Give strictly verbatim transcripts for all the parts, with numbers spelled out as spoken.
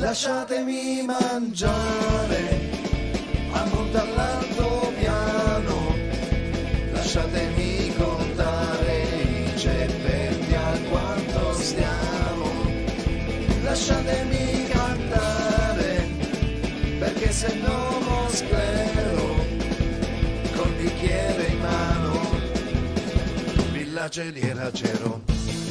Lasciatemi mangiare a monte all'alto piano, lasciatemi contare i ceppetti a quanto stiamo, lasciatemi cantare perché se no mo sclero col bicchiere in mano, Villa Celiera Cero.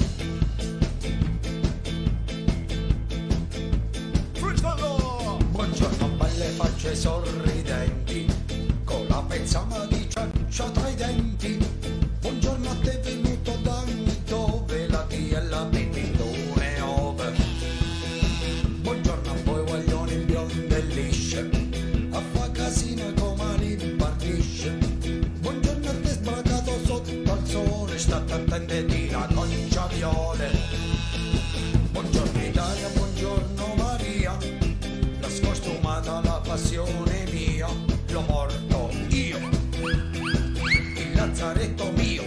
Buongiorno belle facce sorridenti, con la pezzama di ciaccia tra i denti. Buongiorno a te venuto da dove la T e la pipì dove ove. Buongiorno a voi guaglioni bionde e lisce, a fa casino come li impartisce. Buongiorno a te sbragato sotto al sole, state attente di la concia viole. Buongiorno Italia, buongiorno Maria, la scostumata la passione mia, l'ho morto io, il lazzaretto mio.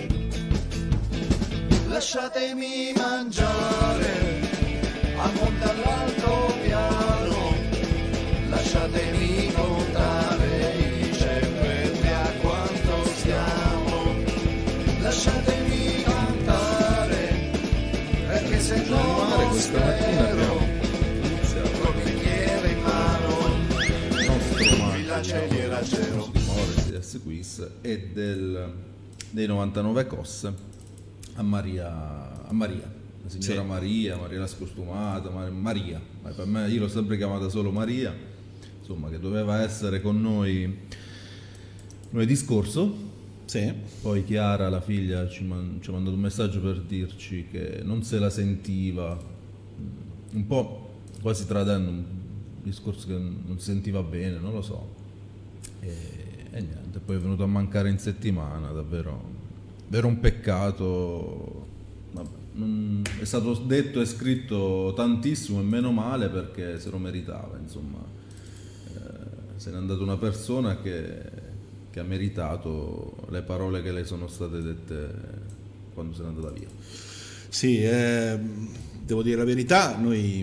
Lasciatemi mangiare a monte all'alto piano, lasciatemi contare i ceppetti a quanto siamo, lasciatemi cantare perché se no questa mattina abbiamo col bicchiere in mano, Villa Celiera Cero. Morris Quiz e del, dei novantanove cos a Maria, a Maria, la signora Sì. Maria, Maria la scostumata, Mar- Maria, ma per me io l'ho sempre chiamata solo Maria, insomma, che doveva essere con noi lunedì scorso. Sì. Poi Chiara, la figlia, ci, man- ci ha mandato un messaggio per dirci che non se la sentiva, un po' quasi tradendo un discorso che non si sentiva bene, non lo so. E, e niente, poi è venuto a mancare in settimana, davvero, davvero un peccato. Vabbè, non- è stato detto e scritto tantissimo e meno male perché se lo meritava, insomma. Eh, se n'è andata una persona che che ha meritato le parole che le sono state dette quando se n'è andata via. Sì, eh, devo dire la verità, noi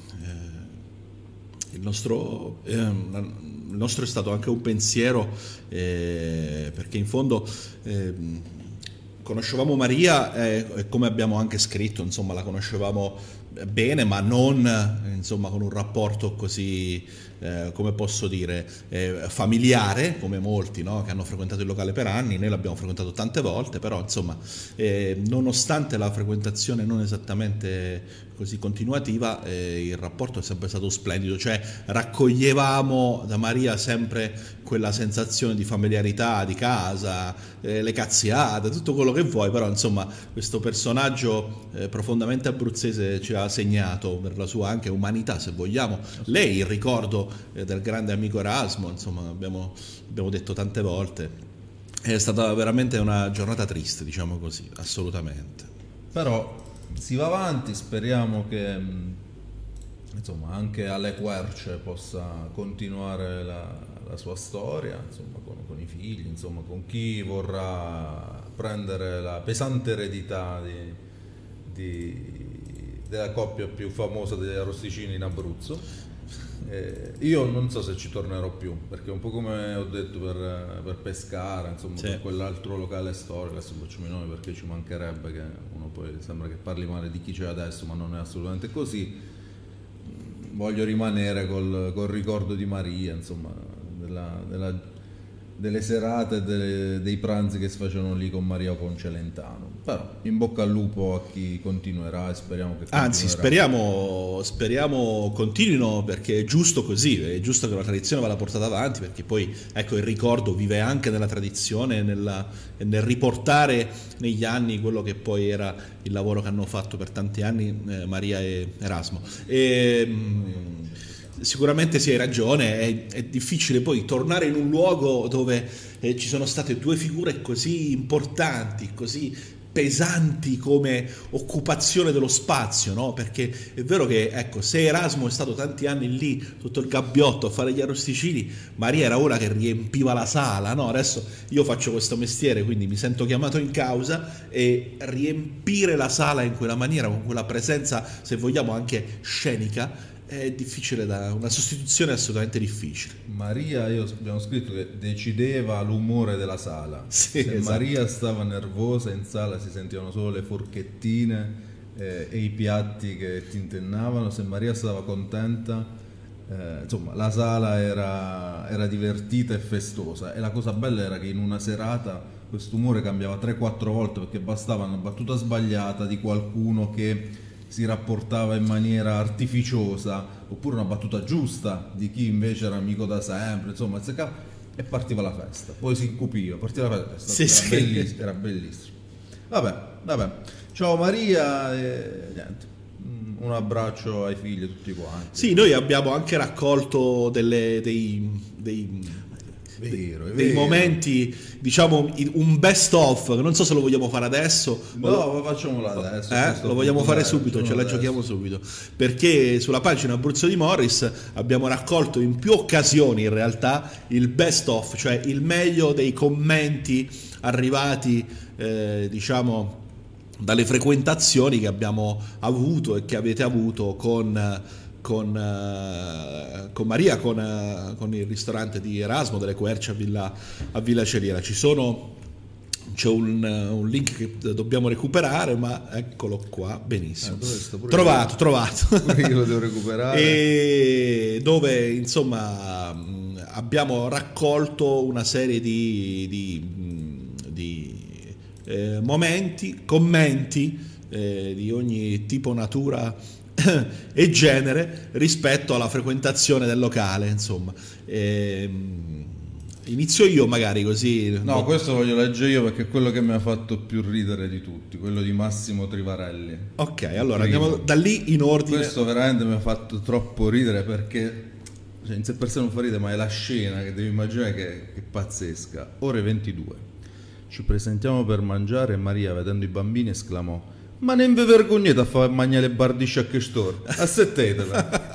eh, il nostro eh, il nostro è stato anche un pensiero eh, perché in fondo eh, conoscevamo Maria e eh, come abbiamo anche scritto, insomma, la conoscevamo bene, ma non insomma con un rapporto così eh, come posso dire eh, familiare come molti, no? Che hanno frequentato il locale per anni. Noi l'abbiamo frequentato tante volte, però insomma eh, nonostante la frequentazione non esattamente così continuativa, eh, il rapporto è sempre stato splendido, cioè raccoglievamo da Maria sempre quella sensazione di familiarità di casa, eh, le cazziate, tutto quello che vuoi, però insomma questo personaggio eh, profondamente abruzzese ci ha segnato per la sua anche umanità, se vogliamo. Lei, il ricordo eh, del grande amico Erasmo, insomma abbiamo, abbiamo detto tante volte, è stata veramente una giornata triste, diciamo così, assolutamente. Però si va avanti, speriamo che mh, insomma anche alle Querce possa continuare la, la sua storia, insomma con, con i figli, insomma con chi vorrà prendere la pesante eredità di, di, della coppia più famosa degli arrosticini in Abruzzo. Eh, io non so se ci tornerò più, perché un po' come ho detto per, per Pescara, insomma, Sì. per quell'altro locale storico, adesso facciamo i nomi perché ci mancherebbe che uno poi sembra che parli male di chi c'è adesso, ma non è assolutamente così. Voglio rimanere col, col ricordo di Maria, insomma, della, della, delle serate, delle, dei pranzi che si facevano lì con Maria Poncelentano. Però in bocca al lupo a chi continuerà e speriamo che continuerà. Anzi, speriamo, speriamo continuino, perché è giusto così, è giusto che la tradizione vada portata avanti, perché poi ecco il ricordo vive anche nella tradizione, nella, nel riportare negli anni quello che poi era il lavoro che hanno fatto per tanti anni eh, Maria e Erasmo. E, mh, sicuramente sì, hai ragione, è, è difficile poi tornare in un luogo dove eh, ci sono state due figure così importanti, così pesanti come occupazione dello spazio, no? Perché è vero che, ecco, se Erasmo è stato tanti anni lì sotto il gabbiotto a fare gli arrosticini, Maria era una che riempiva la sala, no? Adesso io faccio questo mestiere, quindi mi sento chiamato in causa, e riempire la sala in quella maniera, con quella presenza, se vogliamo, anche scenica, è difficile da una sostituzione assolutamente difficile. Maria, io abbiamo scritto che decideva l'umore della sala. Sì, Se esatto. Maria stava nervosa in sala si sentivano solo le forchettine eh, e i piatti che tintennavano. Se Maria stava contenta, eh, insomma, la sala era, era divertita e festosa. E la cosa bella era che in una serata questo umore cambiava tre quattro volte, perché bastava una battuta sbagliata di qualcuno che si rapportava in maniera artificiosa, oppure una battuta giusta di chi invece era amico da sempre, insomma, e partiva la festa. Poi si incupiva, partiva la festa. Sì, era, sì. bellissimo, era bellissimo. Vabbè, vabbè. Ciao Maria e niente. Un abbraccio ai figli tutti quanti. Sì, noi abbiamo anche raccolto delle, dei, dei, Vero, è dei vero. momenti, diciamo, un best of, non so se lo vogliamo fare adesso. No, ma facciamolo adesso. Eh, questo lo vogliamo punto, fare dai, subito, ce facciamolo la adesso. giochiamo subito, perché sulla pagina Abruzzo di Morris abbiamo raccolto in più occasioni in realtà il best of, cioè il meglio dei commenti arrivati eh, diciamo dalle frequentazioni che abbiamo avuto e che avete avuto con con, uh, con Maria, con, uh, con il ristorante di Erasmo delle Querce a Villa, a Villa Celiera. Ci sono c'è un, un link che dobbiamo recuperare, ma eccolo qua, benissimo. Eh, dove sto? Pure trovato, io. trovato. Pure io lo devo recuperare. E dove insomma abbiamo raccolto una serie di, di, di eh, momenti, commenti eh, di ogni tipo, natura e genere rispetto alla frequentazione del locale, insomma. Ehm, Inizio io magari così. No, questo voglio leggere io perché è quello che mi ha fatto più ridere di tutti, quello di Massimo Trivarelli. Ok, allora Primo. andiamo da lì in ordine. Questo veramente mi ha fatto troppo ridere perché, cioè, in sé per sé non fa ridere, ma è la scena che devi immaginare che, che è pazzesca. Ore ventidue. Ci presentiamo per mangiare e Maria, vedendo i bambini, esclamò: ma non vi vergognate a fare mangiare le bardisce a quest'ora? Assettetela.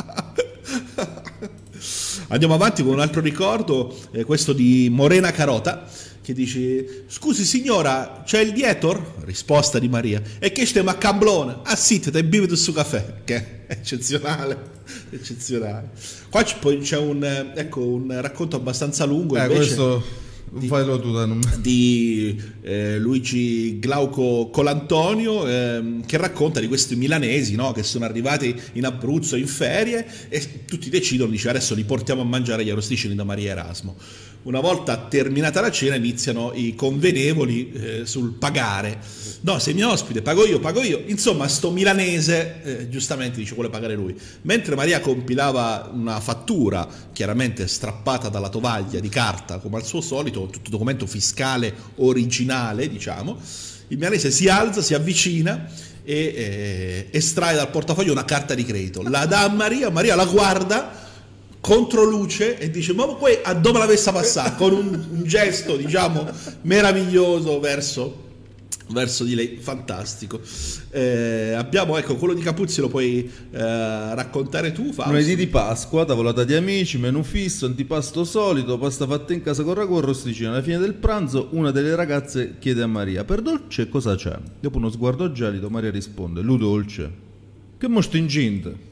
Andiamo avanti con un altro ricordo, eh, questo di Morena Carota, che dice: scusi signora, c'è il dietor? Risposta di Maria: e che stai macamblone? Ah sì, te e bevi il suo caffè. Che è eccezionale, eccezionale. Qua c'è, poi c'è un, eh, ecco, un racconto abbastanza lungo Eh, invece, questo di- fallo tu da non... di eh, Luigi Glauco Colantonio, ehm, che racconta di questi milanesi, no, che sono arrivati in Abruzzo in ferie e tutti decidono, dice, adesso li portiamo a mangiare gli arrosticini da Maria Erasmo. Una volta terminata la cena iniziano i convenevoli eh, sul pagare. No, sei mio ospite, pago io, pago io. Insomma, sto milanese eh, giustamente dice vuole pagare lui. Mentre Maria compilava una fattura, chiaramente strappata dalla tovaglia di carta, come al suo solito, tutto documento fiscale originale, diciamo, il milanese si alza, si avvicina e eh, estrae dal portafoglio una carta di credito. La dà a Maria, Maria la guarda contro luce e dice: ma poi a dove l'avesse passata? Con un, un gesto, diciamo, meraviglioso verso, verso di lei, fantastico. Eh, abbiamo, ecco, quello di Capuzzi lo puoi eh, raccontare tu, Fausto? Lunedì di Pasqua, tavolata di amici, menù fisso, antipasto solito, pasta fatta in casa con ragù e rosticino. Alla fine del pranzo una delle ragazze chiede a Maria: per dolce cosa c'è? Dopo uno sguardo gelido Maria risponde: lu dolce. Che mo sto incinta?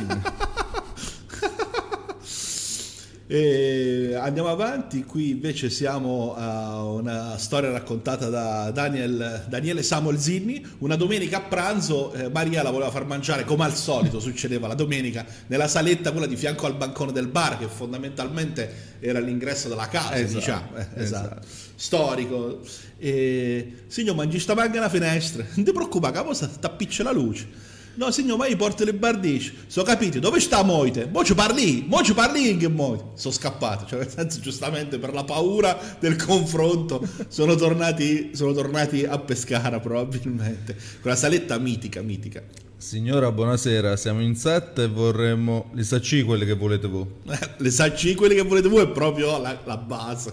E andiamo avanti, qui invece siamo a una storia raccontata da Daniel, Daniele Samuel Zinni. Una domenica a pranzo eh, Maria la voleva far mangiare, come al solito succedeva la domenica, nella saletta, quella di fianco al bancone del bar, che fondamentalmente era l'ingresso della casa, Esatto, diciamo. Eh, esatto. esatto. Storico. E, signor, mangi sta manca una finestra, non ti preoccupare, capo sta tappiccia la luce. No signor, ma io porto le bardici. So capito, dove sta Moite? Mo ci parli, mo ci parli che Moite. Sono scappati, cioè nel senso, giustamente per la paura del confronto sono tornati, sono tornati a Pescara probabilmente. Quella saletta mitica, mitica. Signora, buonasera, siamo in sette e vorremmo le sacci quelle che volete voi. Eh, le sacci, quelle che volete voi è proprio la, la base.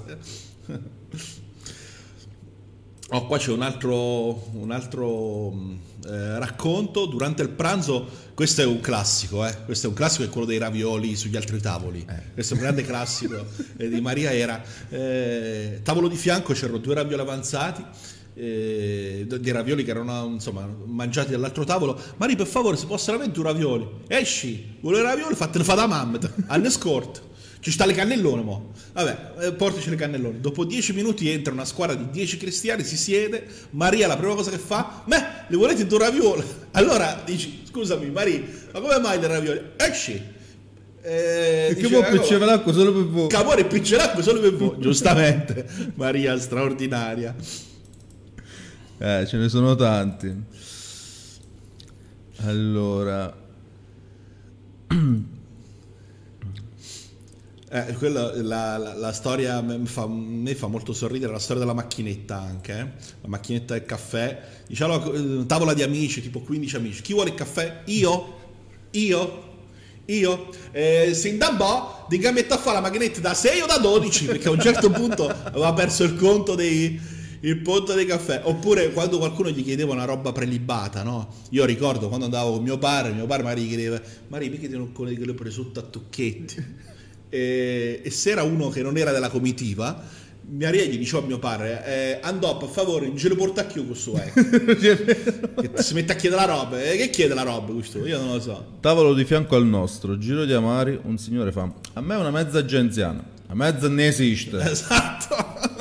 Oh, qua c'è un altro, un altro eh, racconto durante il pranzo. Questo è un classico, eh? Questo è un classico, è quello dei ravioli sugli altri tavoli. Eh. Questo è un grande classico eh, di Maria. Era eh, tavolo di fianco, c'erano due ravioli avanzati. eh, di ravioli che erano insomma mangiati dall'altro tavolo. Mari, per favore, se possono avere due ravioli, esci, vuole ravioli, fatene fa da mamma, hanno scorto. Ci sta le cannellone, mo. Vabbè, eh, portaci le cannellone. Dopo dieci minuti entra una squadra di dieci cristiani, si siede. Maria, la prima cosa che fa, beh, le volete due ravioli? Allora dici, scusami, Maria, ma come mai le ravioli? Esci. Eh, Perché può piccere l'acqua solo per voi. Camore, piccere l'acqua solo per voi. Giustamente, Maria, straordinaria. Eh, ce ne sono tanti. Allora... Eh, quella, la, la, la storia mi fa, mi fa molto sorridere, la storia della macchinetta anche, eh? La macchinetta del caffè, diciamo, tavola di amici, tipo quindici amici, chi vuole il caffè? Io? Io? Io? Eh, sin da boh, di che metto a fare la macchinetta da sei o da dodici, perché a un certo punto aveva perso il conto dei... il ponte dei caffè. Oppure quando qualcuno gli chiedeva una roba prelibata, no? Io ricordo quando andavo con mio padre, mio padre magari gli chiedeva, Maria, perché ti non con le presunte a tocchetti? E, e se era uno che non era della comitiva, Maria gli diceva a mio padre, eh, andò per favore, non ce lo porta più questo, eh. Che si mette a chiedere la roba. Eh, che chiede la roba questo? Io non lo so. Tavolo di fianco al nostro, giro di amari, un signore fa, a me una mezza genziana, a mezza ne esiste. Esatto.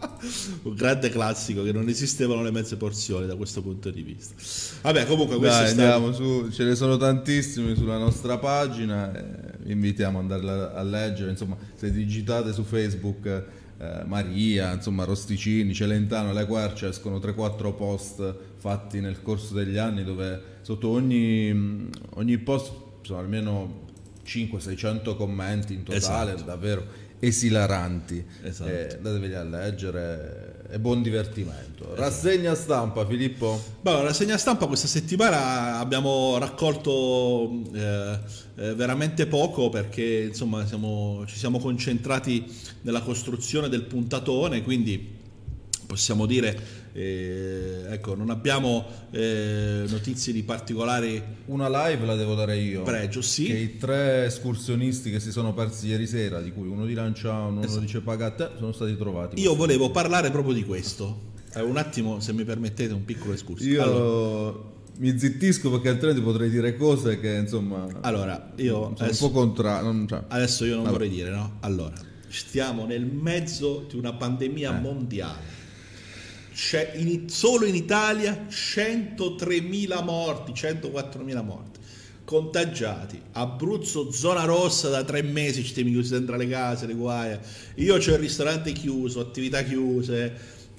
Un grande classico, che non esistevano le mezze porzioni da questo punto di vista. Vabbè, comunque questo Dai, è stato... andiamo su, ce ne sono tantissimi sulla nostra pagina, eh, vi invitiamo ad andarla a leggere, insomma, se digitate su Facebook eh, Maria, insomma, Rosticini, Celentano, Le Querce, escono tre quattro post fatti nel corso degli anni dove sotto ogni, ogni post sono almeno cinquecento seicento commenti in totale, esatto. Davvero esilaranti. Esatto. Eh, andateveli a leggere, è buon divertimento. Esatto. Rassegna stampa, Filippo. Beh, la rassegna stampa questa settimana abbiamo raccolto eh, eh, veramente poco, perché insomma siamo, ci siamo concentrati nella costruzione del puntatone, quindi possiamo dire eh, ecco, non abbiamo eh, notizie di particolari. Una live la devo dare io. Pregio, sì. Che i tre escursionisti che si sono persi ieri sera, di cui uno di Lanciano, uno esatto. dice Pagate, sono stati trovati. Io volevo parlare proprio di questo. Eh, un attimo, se mi permettete, un piccolo escurso. Io allora, mi zittisco perché altrimenti potrei dire cose che insomma allora io sono adesso, un po' contra. Non, cioè. adesso io non allora. vorrei dire, no? Allora, stiamo nel mezzo di una pandemia eh. mondiale. C'è in, solo in Italia centotremila morti, centoquattromila morti contagiati. Abruzzo zona rossa da tre mesi, ci stiamo chiusi dentro le case, le guaie. Io c'ho il ristorante chiuso, attività chiuse,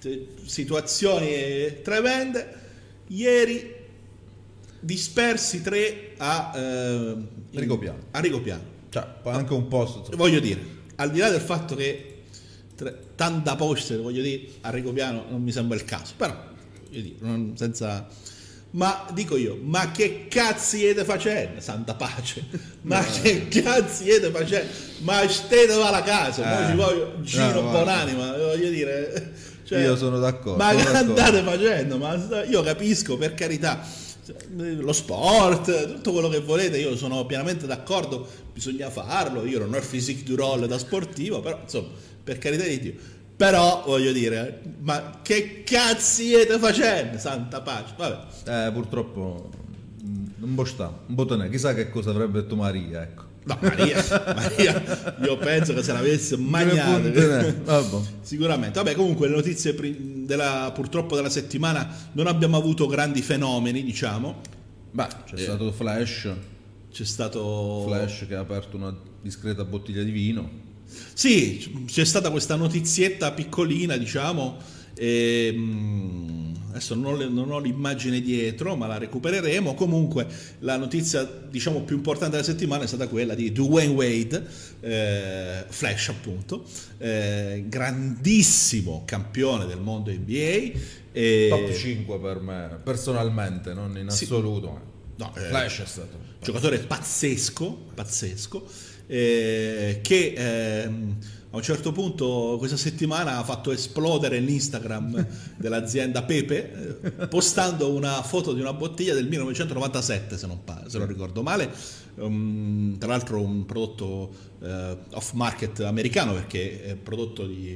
situazioni tremende. Ieri dispersi tre a eh, Rigopiano. a Rigopiano. Cioè, anche un posto. Insomma. Voglio dire, al di là del fatto che tanta posta, voglio dire, a Rigopiano non mi sembra il caso, però voglio dire, non, senza, ma dico io, ma che cazzo siete facendo, santa pace, ma no, che cazzo siete facendo, ma state va alla casa, eh. Poi ci voglio giro no, buonanima, voglio dire, cioè, io sono d'accordo, ma sono che d'accordo. andate facendo, ma io capisco, per carità, lo sport, tutto quello che volete, io sono pienamente d'accordo, bisogna farlo, io non ho il physique du role da sportivo, però insomma, per carità di Dio, però voglio dire, ma che cazzo siete facendo, santa pace, vabbè. Eh, purtroppo un po' sta, un po' tenè, chissà che cosa avrebbe detto Maria, ecco. No, Maria, Maria, io penso che se l'avesse mangiato sicuramente. Vabbè, comunque le notizie della, purtroppo della settimana non abbiamo avuto grandi fenomeni, diciamo. Beh, c'è eh. stato Flash, c'è stato Flash che ha aperto una discreta bottiglia di vino. Sì, c'è stata questa notizietta piccolina, diciamo, e, mh, adesso non, le, non ho l'immagine dietro, ma la recupereremo. Comunque la notizia, diciamo, più importante della settimana è stata quella di Dwayne Wade, eh, Flash appunto, eh, grandissimo campione del mondo N B A. E... top cinque per me, personalmente, non in assoluto. Sì. No, Flash eh, è stato giocatore pazzesco, pazzesco. Eh, che eh, a un certo punto questa settimana ha fatto esplodere l'Instagram dell'azienda Pepe, eh, postando una foto di una bottiglia del millenovecentonovantasette, se non, se non ricordo male, um, tra l'altro un prodotto eh, off market americano, perché è prodotto di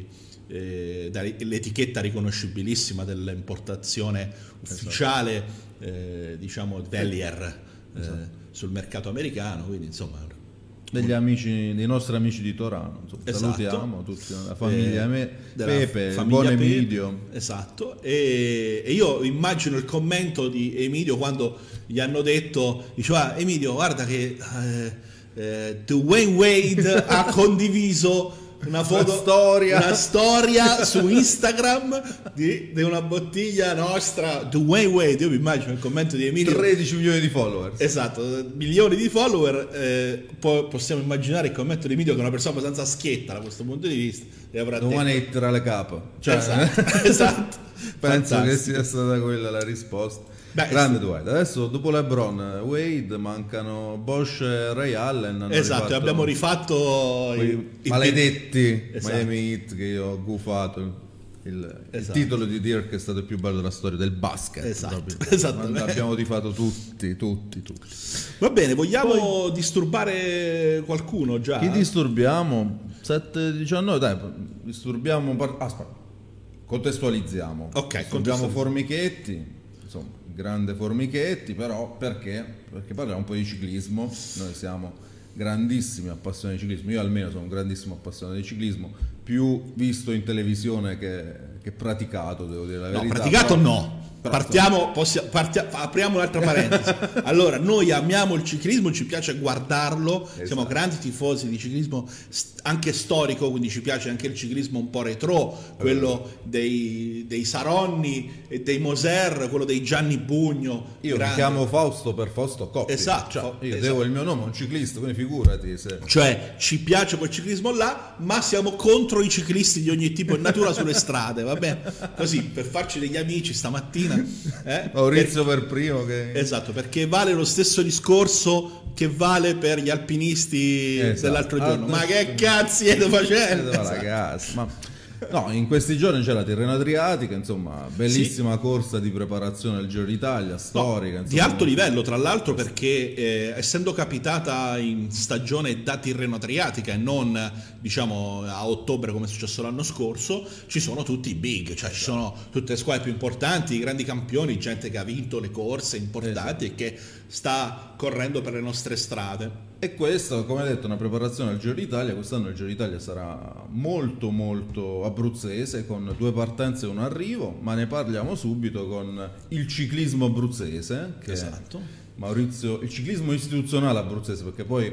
eh, dall'etichetta riconoscibilissima dell'importazione ufficiale, eh, diciamo Velier, eh, esatto. sul mercato americano, quindi insomma degli amici, dei nostri amici di Torano, insomma, esatto. Salutiamo tutti la famiglia eh, me, Pepe, famiglia buon Emilio. Esatto, e, e io immagino il commento di Emilio quando gli hanno detto, diceva Emilio guarda che eh, eh, Dwayne Wade ha condiviso una foto, una storia, una storia su Instagram di, di una bottiglia nostra Dwayne Wade. Io mi immagino il commento di Emilio, tredici milioni di follower, esatto, milioni di follower, eh, poi possiamo immaginare il commento di Emilio che è una persona abbastanza schietta da questo punto di vista e avrà domani detto... tra le capo, cioè, esatto, esatto. Penso Fantastico. che sia stata quella la risposta. Beh, grande sì. Dwight. Adesso dopo LeBron, Wade, mancano Bosch e Ray Allen. Hanno esatto, rifatto abbiamo rifatto i, i maledetti esatto. Miami Heat che io ho gufato. Il, esatto. il titolo di Dirk è stato il più bello della storia del basket. Esatto, esattamente. Abbiamo tifato tutti, tutti, tutti. Va bene, vogliamo Poi, disturbare qualcuno già? Chi disturbiamo? sette diciannove, dai, disturbiamo. Par- aspetta, contestualizziamo. Ok, disturbiamo Formichetti. Insomma, grande Formichetti, però perché? Perché parliamo un po' di ciclismo. Noi siamo grandissimi appassionati di ciclismo, io almeno sono un grandissimo appassionato di ciclismo, più visto in televisione che, che praticato, devo dire la verità. No, praticato però, no. però, Partiamo, possia, partia, apriamo un'altra parentesi. Allora, noi amiamo il ciclismo, ci piace guardarlo, esatto. Siamo grandi tifosi di ciclismo anche storico, quindi ci piace anche il ciclismo un po' retro, quello dei, dei Saronni e dei Moser, quello dei Gianni Bugno. Io grande. mi chiamo Fausto per Fausto Coppi. Esatto. Cioè, io esatto. devo il mio nome a un ciclista, quindi figurati se... Cioè, ci piace quel ciclismo là, ma siamo contro i ciclisti di ogni tipo e natura sulle strade, va bene? Così, per farci degli amici stamattina. Eh? Maurizio per... per primo che... Esatto, perché vale lo stesso discorso che vale per gli alpinisti esatto. dell'altro giorno. Ah, ma che cazzo siete facendo? Ragazzi, ma no, in questi giorni c'è la Tirreno Adriatica, insomma, bellissima sì. corsa di preparazione al Giro d'Italia, storica. No, insomma, di alto livello, tra l'altro, perché eh, essendo capitata in stagione da Tirreno Adriatica e non, diciamo, a ottobre come è successo l'anno scorso, ci sono tutti i big, cioè ci sono tutte le squadre più importanti, i grandi campioni, gente che ha vinto le corse importanti esatto. e che sta correndo per le nostre strade. E questo, come detto, è una preparazione al Giro d'Italia. Quest'anno il Giro d'Italia sarà molto molto abruzzese, con due partenze e un arrivo, ma ne parliamo subito con il ciclismo abruzzese, che esatto. Maurizio, il ciclismo istituzionale abruzzese, perché poi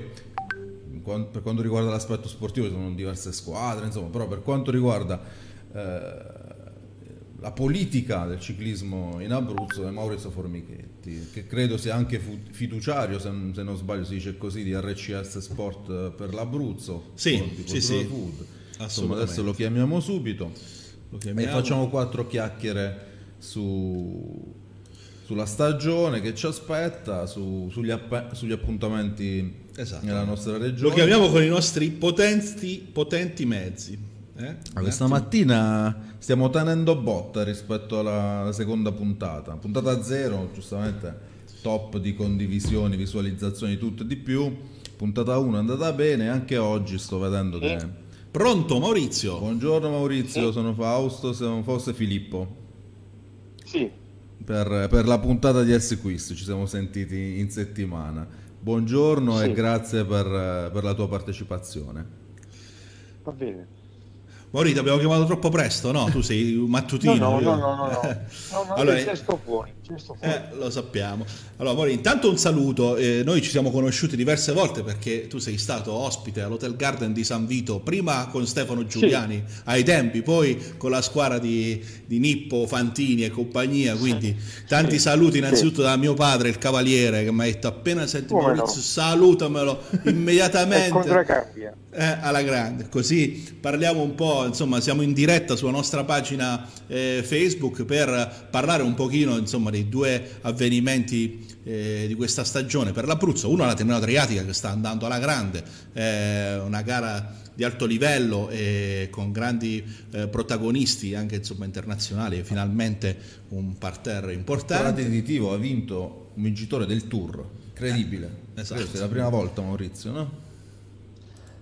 per quanto riguarda l'aspetto sportivo ci sono diverse squadre, insomma, però per quanto riguarda eh, la politica del ciclismo in Abruzzo è Maurizio Formichetti, che credo sia anche fiduciario, se non sbaglio si dice così, di R C S Sport per l'Abruzzo. Sì, sì, sì. Food. Insomma, adesso lo chiamiamo subito lo chiamiamo. e facciamo quattro chiacchiere su, sulla stagione che ci aspetta, su, sugli, app- sugli appuntamenti esatto. nella nostra regione. Lo chiamiamo con i nostri potenti, potenti mezzi. Eh? Questa mattina stiamo tenendo botta rispetto alla seconda puntata, puntata zero, giustamente top di condivisioni, visualizzazioni, tutto e di più. Puntata uno è andata bene, anche oggi sto vedendo che... Eh. Pronto Maurizio? Buongiorno Maurizio, sì. sono Fausto, sono Fausto e Filippo. Sì. Per, per la puntata di Elsi Quiz ci siamo sentiti in settimana. Buongiorno sì. e grazie per, per la tua partecipazione. Va bene. Maurizio, abbiamo chiamato troppo presto, no? Tu sei un mattutino. No, no, no, no, no, no. no, no allora, ce sto fuori, ce sto fuori. Eh, lo sappiamo. Allora, Maurizio, intanto un saluto. Eh, noi ci siamo conosciuti diverse volte perché tu sei stato ospite all'Hotel Garden di San Vito, prima con Stefano Giuliani sì. ai tempi, poi con la squadra di, di Nippo, Fantini e compagnia. Quindi tanti sì. saluti innanzitutto sì. da mio padre, il Cavaliere, che mi ha detto appena senti Come Maurizio, no? salutamelo immediatamente. Contraccambia. Eh, alla grande, così parliamo un po', insomma, siamo in diretta sulla nostra pagina eh, Facebook per parlare un pochino, insomma, dei due avvenimenti eh, di questa stagione per l'Abruzzo. Uno è la Tirreno Adriatica che sta andando alla grande, eh, una gara di alto livello e con grandi eh, protagonisti anche insomma internazionali e finalmente un parterre importante. Traditivo, ha vinto un vincitore del Tour, credibile. Eh, esatto. Questa è la prima volta Maurizio, no?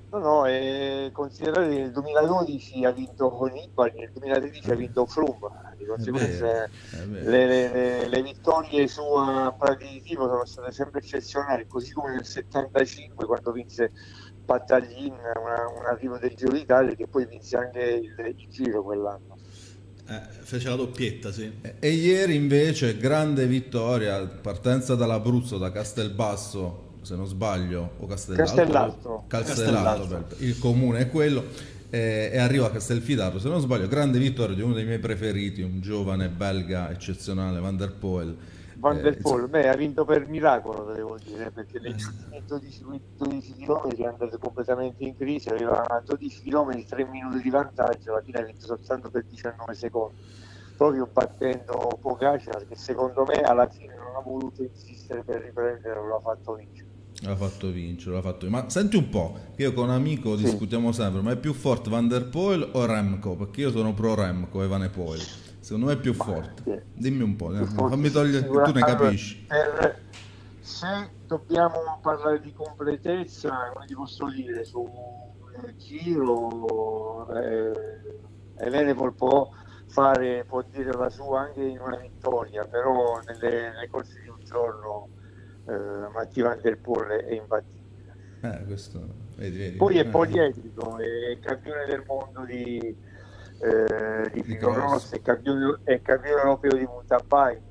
No, no, e considerate che nel duemiladodici ha vinto Nibali, nel duemilatredici ha vinto Froome, di conseguenza È vero. le, le- le- le vittorie su uh, prati di tipo sono state sempre eccezionali, così come nel settantacinque quando vinse Battaglin, una- un arrivo del Giro d'Italia, che poi vinse anche il, il Giro quell'anno. Eh, fece la doppietta, sì. E, e ieri invece grande vittoria, partenza dall'Abruzzo, da Castelbasso, se non sbaglio, o Castellalto. Castellalto. Castellalto, Castellalto. il comune è quello, eh, e arriva a Castelfidardo, se non sbaglio, grande vittoria di uno dei miei preferiti, un giovane belga eccezionale, Van der Poel. Van Eh, der insomma, Poel, beh, ha vinto per miracolo, devo dire, perché negli ultimi dodici, dodici chilometri è andato completamente in crisi, aveva dodici chilometri, tre minuti di vantaggio, alla fine ha vinto soltanto per diciannove secondi, proprio battendo Pogacar, che secondo me alla fine non ha voluto insistere per riprendere, lo ha fatto vincere. l'ha fatto vincere, l'ha fatto vincere. Ma senti un po', che io con un amico Sì. discutiamo sempre, ma è più forte Van der Poel o Remco? Perché io sono pro Remco e Van der Poel. Secondo me è più forte. Sì. Dimmi un po', eh, Forse fammi togliere, sicura- tu ne allora, capisci. per- se dobbiamo parlare di completezza, come ti posso dire, su eh, Giro, eh, Evenepoel può fare, può dire la sua anche in una vittoria, però nelle, nelle corse di un giorno eh, Mattia Van der Poel è imbattibile. Eh, questo, vedi, vedi. Poi è Eh, poliedrico, è campione del mondo di, eh, di Di ciclocross, cross. è campione, è campione europeo di mountain bike.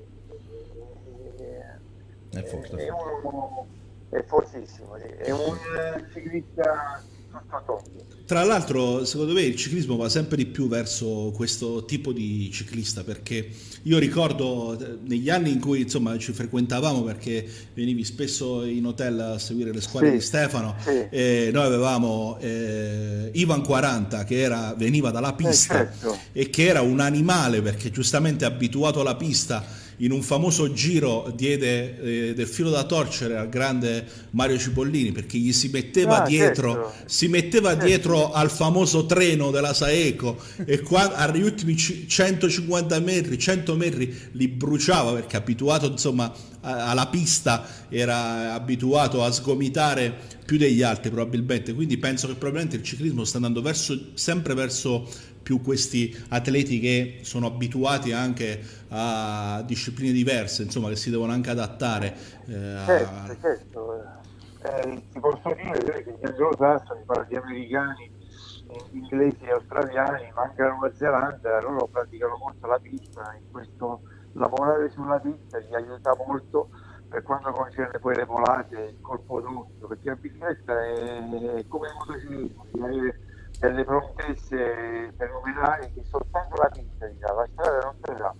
È forte. È, uno, è fortissimo, sì. È un eh, ciclista tutto tondo. Tra l'altro, secondo me il ciclismo va sempre di più verso questo tipo di ciclista, perché io ricordo eh, negli anni in cui insomma ci frequentavamo, perché venivi spesso in hotel a seguire le squadre Sì, di Stefano, sì. e noi avevamo eh, Ivan quaranta che era, veniva dalla pista, Eh, certo. e che era un animale, perché giustamente abituato alla pista, in un famoso giro diede eh, del filo da torcere al grande Mario Cipollini, perché gli si metteva Ah, dietro, certo. si metteva Certo. dietro al famoso treno della Saeco, e qua agli ultimi ci- centocinquanta metri, cento metri li bruciava, perché abituato insomma a- alla pista, era abituato a sgomitare più degli altri probabilmente. Quindi penso che probabilmente il ciclismo sta andando verso, sempre verso più questi atleti che sono abituati anche a discipline diverse, insomma, che si devono anche adattare eh, a- Certo, certo. Eh, ti posso dire che gli anglosassoni, parlo di americani, eh, inglesi e australiani, ma anche la Nuova Zelanda, loro praticano molto la pista, in questo lavorare sulla pista gli aiuta molto per quanto concerne poi le volate, il colpo d'occhio, perché la bicicletta è, è come il motociclismo, devi avere delle prontezze fenomenali che soltanto la pista ti dà, la strada non te la dà.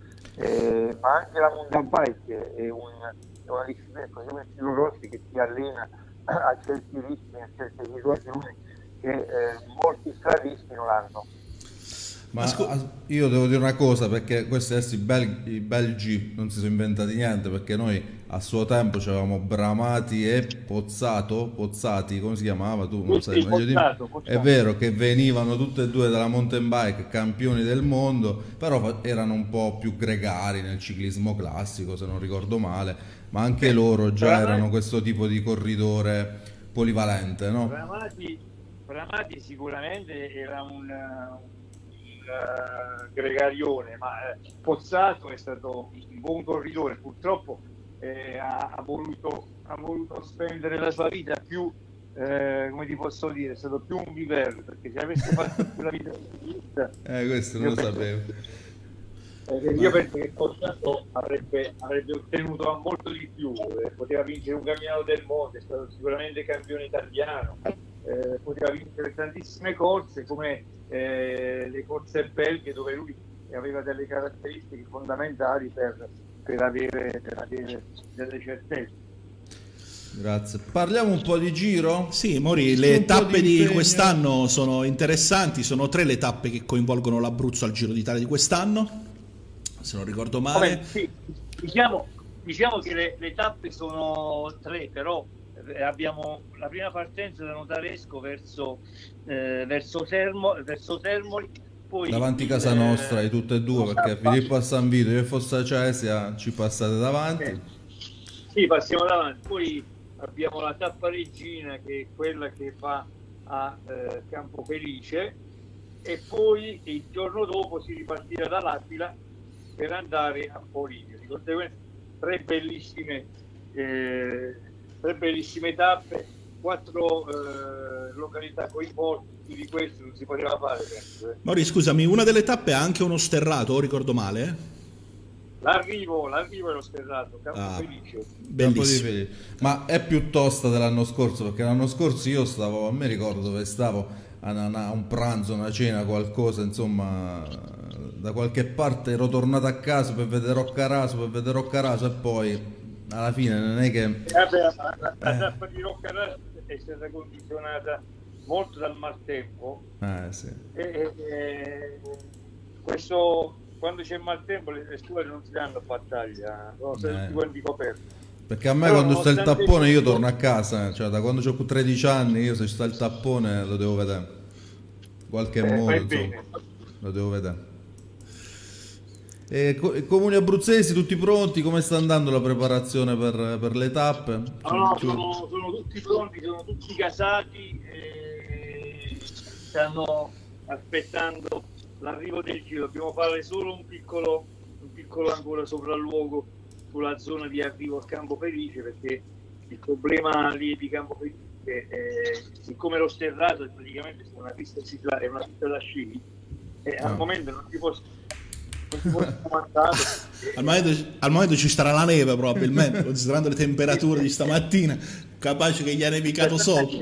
Eh, ma anche la mountain bike è, un, è una disciplina così come il ciclocross che ti allena a certi ritmi, a certe situazioni che eh, molti stradisti non hanno. Ma Ascol- as- io devo dire una cosa, perché questi adesso i, bel- i belgi non si sono inventati niente, perché noi a suo tempo ci avevamo Bramati e Pozzato, Pozzati, come si chiamava? Tu non sai, Sì, meglio di me. Pozzato, Pozzato. È vero che venivano tutte e due dalla mountain bike, campioni del mondo, però fa- erano un po' più gregari nel ciclismo classico, se non ricordo male, ma anche loro già Bramati- erano questo tipo di corridore polivalente, no? Bramati, Bramati sicuramente era un, un uh, gregarione, ma eh, Pozzato è stato un buon corridore, purtroppo eh, ha, ha voluto, ha voluto spendere la sua vita più, eh, come ti posso dire, è stato più un viverno, perché se avesse fatto più la vita ciclista, Eh, questo non Io lo penso- sapevo. eh, io penso che Pozzato avrebbe, avrebbe ottenuto molto di più, eh, poteva vincere un campionato del mondo, è stato sicuramente campione italiano, eh, poteva vincere tantissime corse come eh, le corse belghe, dove lui aveva delle caratteristiche fondamentali per, per, avere, per avere delle certezze. Grazie. Parliamo un po' di giro? Sì, Mori, Un le po' tappe di impegno. quest'anno sono interessanti, sono tre le tappe che coinvolgono l'Abruzzo al Giro d'Italia di quest'anno, se non ricordo male. Vabbè, sì, diciamo, diciamo che le, le tappe sono tre, però eh, abbiamo la prima partenza da Notaresco verso, eh, verso, Termo, verso Termoli, poi Davanti il, casa nostra, di tutte e due, lo perché Zappa- Filippo a San Vito, io e Fossa Cesia ci passate davanti. Eh, sì, passiamo davanti, poi abbiamo la tappa regina che è quella che va a eh, Campofelice, e poi il giorno dopo si ripartirà dall'Aquila per andare a Foligno. Di conseguenza tre bellissime eh, tre bellissime tappe, quattro eh, località coinvolte. Di questo non si poteva fare, penso, eh. Mauri, scusami, una delle tappe ha anche uno sterrato, o ricordo male? L'arrivo, l'arrivo è lo sterrato, Campofelice. Ah, bellissimo. Ma è più tosta dell'anno scorso, perché l'anno scorso io stavo, a me ricordo dove stavo, a, una, a un pranzo, una cena, qualcosa, insomma, da qualche parte ero tornato a casa per vedere Roccaraso, per vedere Roccaraso, e poi alla fine non è che... Eh, vabbè, la, la, la tappa di Roccaraso è stata condizionata molto dal maltempo, eh, sì. e, e, questo, quando c'è maltempo le, le scuole non si danno battaglia, sono stati Eh. tutti quanti coperti. Perché a me Però quando sta il nonostante tappone io tutto- torno a casa, cioè da quando ho tredici anni io se sta il tappone lo devo vedere. In qualche Eh, modo, fai insomma, bene. lo devo vedere. E co- i comuni abruzzesi tutti pronti? Come sta andando la preparazione per, per le tappe? No, no, sono, sono tutti pronti, sono tutti casati e stanno aspettando l'arrivo del giro. Dobbiamo fare solo un piccolo, un piccolo ancora sopralluogo sulla zona di arrivo a Campofelice, perché il problema lì di Campofelice è, è siccome lo sterrato è praticamente una pista ciclabile, è una pista da sci, e al Ah. momento non si può non si può comandare. Al momento, al momento ci starà la neve probabilmente, considerando le temperature di stamattina, capace che gli ha nevicato sotto.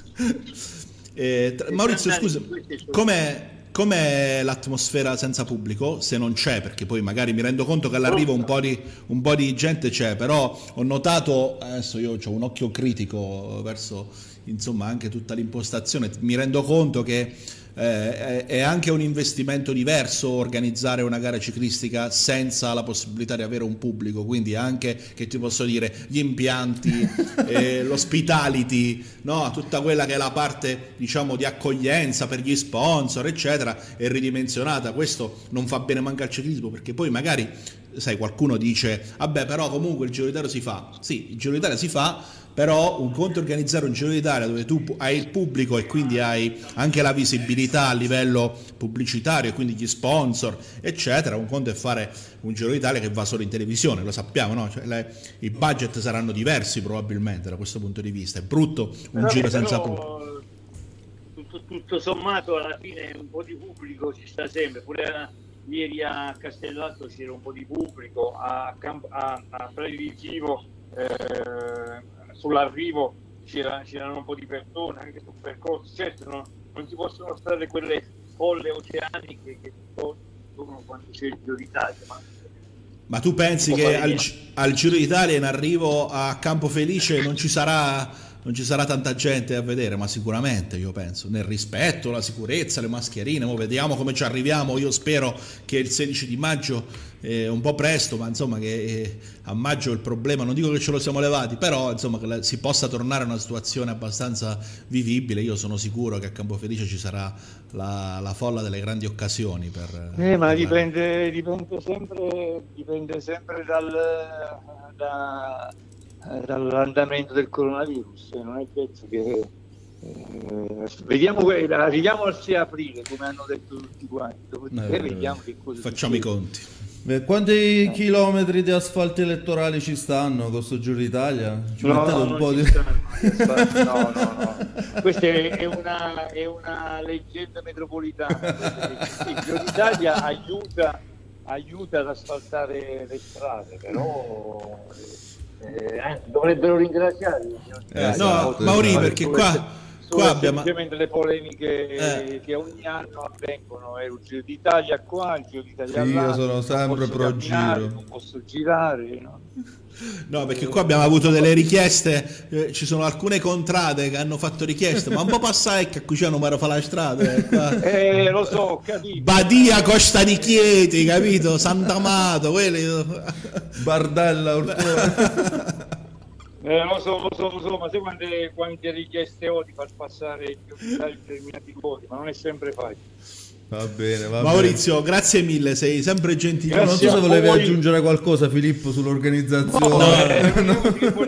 Eh, tra- Maurizio, scusa, com'è, com'è l'atmosfera senza pubblico? Se non c'è, perché poi magari mi rendo conto che all'arrivo un po' di, un po' di gente c'è, però ho notato, adesso io ho un occhio critico verso insomma anche tutta l'impostazione, mi rendo conto che eh, è anche un investimento diverso organizzare una gara ciclistica senza la possibilità di avere un pubblico, quindi anche, che ti posso dire, gli impianti, eh, l'hospitality, no? Tutta quella che è la parte diciamo di accoglienza per gli sponsor eccetera è ridimensionata. Questo non fa bene manca al ciclismo, perché poi magari sai qualcuno dice vabbè però comunque il Giro d'Italia si fa, sì il Giro d'Italia si fa, però un conto è organizzare un Giro d'Italia dove tu hai il pubblico e quindi hai anche la visibilità a livello pubblicitario e quindi gli sponsor eccetera, un conto è fare un Giro d'Italia che va solo in televisione, lo sappiamo, no? Cioè, le, i budget saranno diversi probabilmente da questo punto di vista, è brutto un Però- giro senza però, pubblico. tutto, tutto sommato alla fine un po' di pubblico ci sta sempre, pure a- ieri a Castellatto c'era un po' di pubblico, a, Camp- a, a Preditivo eh, sull'arrivo c'era, c'erano un po' di persone anche sul percorso. Certo non, non si possono stare quelle folle oceaniche che sono quando c'è il Giro d'Italia, ma Ma tu pensi Può che fare al, niente. Gi- al Giro d'Italia in arrivo a Campofelice non ci sarà non ci sarà tanta gente a vedere? Ma sicuramente, io penso, nel rispetto, la sicurezza, le mascherine, mo vediamo come ci arriviamo. Io spero che il sedici di maggio, eh, un po' presto, ma insomma che eh, a maggio il problema, non dico che ce lo siamo levati, però insomma che la- si possa tornare a una situazione abbastanza vivibile. Io sono sicuro che a Campofelice ci sarà la, la folla delle grandi occasioni per... Eh, ma per la- dipende, dipende sempre, dipende sempre dal, da- dall'andamento del coronavirus. eh, Non è detto che eh, vediamo que- arriviamo al sei aprile, come hanno detto tutti quanti. Dopodiché Eh, vediamo che cosa Facciamo i succede. conti. Beh, quanti chilometri di asfalti elettorali ci stanno con sto Giro d'Italia? Ci No, mettete un non po' ci di... stanno, no, no, no. Questa è è una, è una leggenda metropolitana. Il Giro d'Italia aiuta, aiuta ad asfaltare le strade, però eh, anzi, dovrebbero ringraziare il Giro d'Italia. Eh, No, esatto, Mauri, esatto. perché qua, Solo qua abbiamo... semplicemente le polemiche Eh. che ogni anno avvengono, è il Giro d'Italia qua, il Giro d'Italia Sì, là, io sono non sempre posso pro camminare, giro. non posso girare, no? No, perché qua abbiamo avuto delle richieste, eh, ci sono alcune contrade che hanno fatto richieste, ma un po' passare che qui c'è un numero fa la strada. eh, qua. Eh, lo so, ho capito. Badia Costa di Chieti, capito? Sant'Amato, quelli... Bardella, Ortone. Eh, lo so, lo so, lo so, ma sai quante, quante richieste ho di far passare i determinati voti, ma non è sempre facile. Va bene, va Maurizio, grazie mille, sei sempre bene. Io non so Grazie se a volevi voi. aggiungere qualcosa, Filippo, sull'organizzazione. No, eh, che voglio- che voglio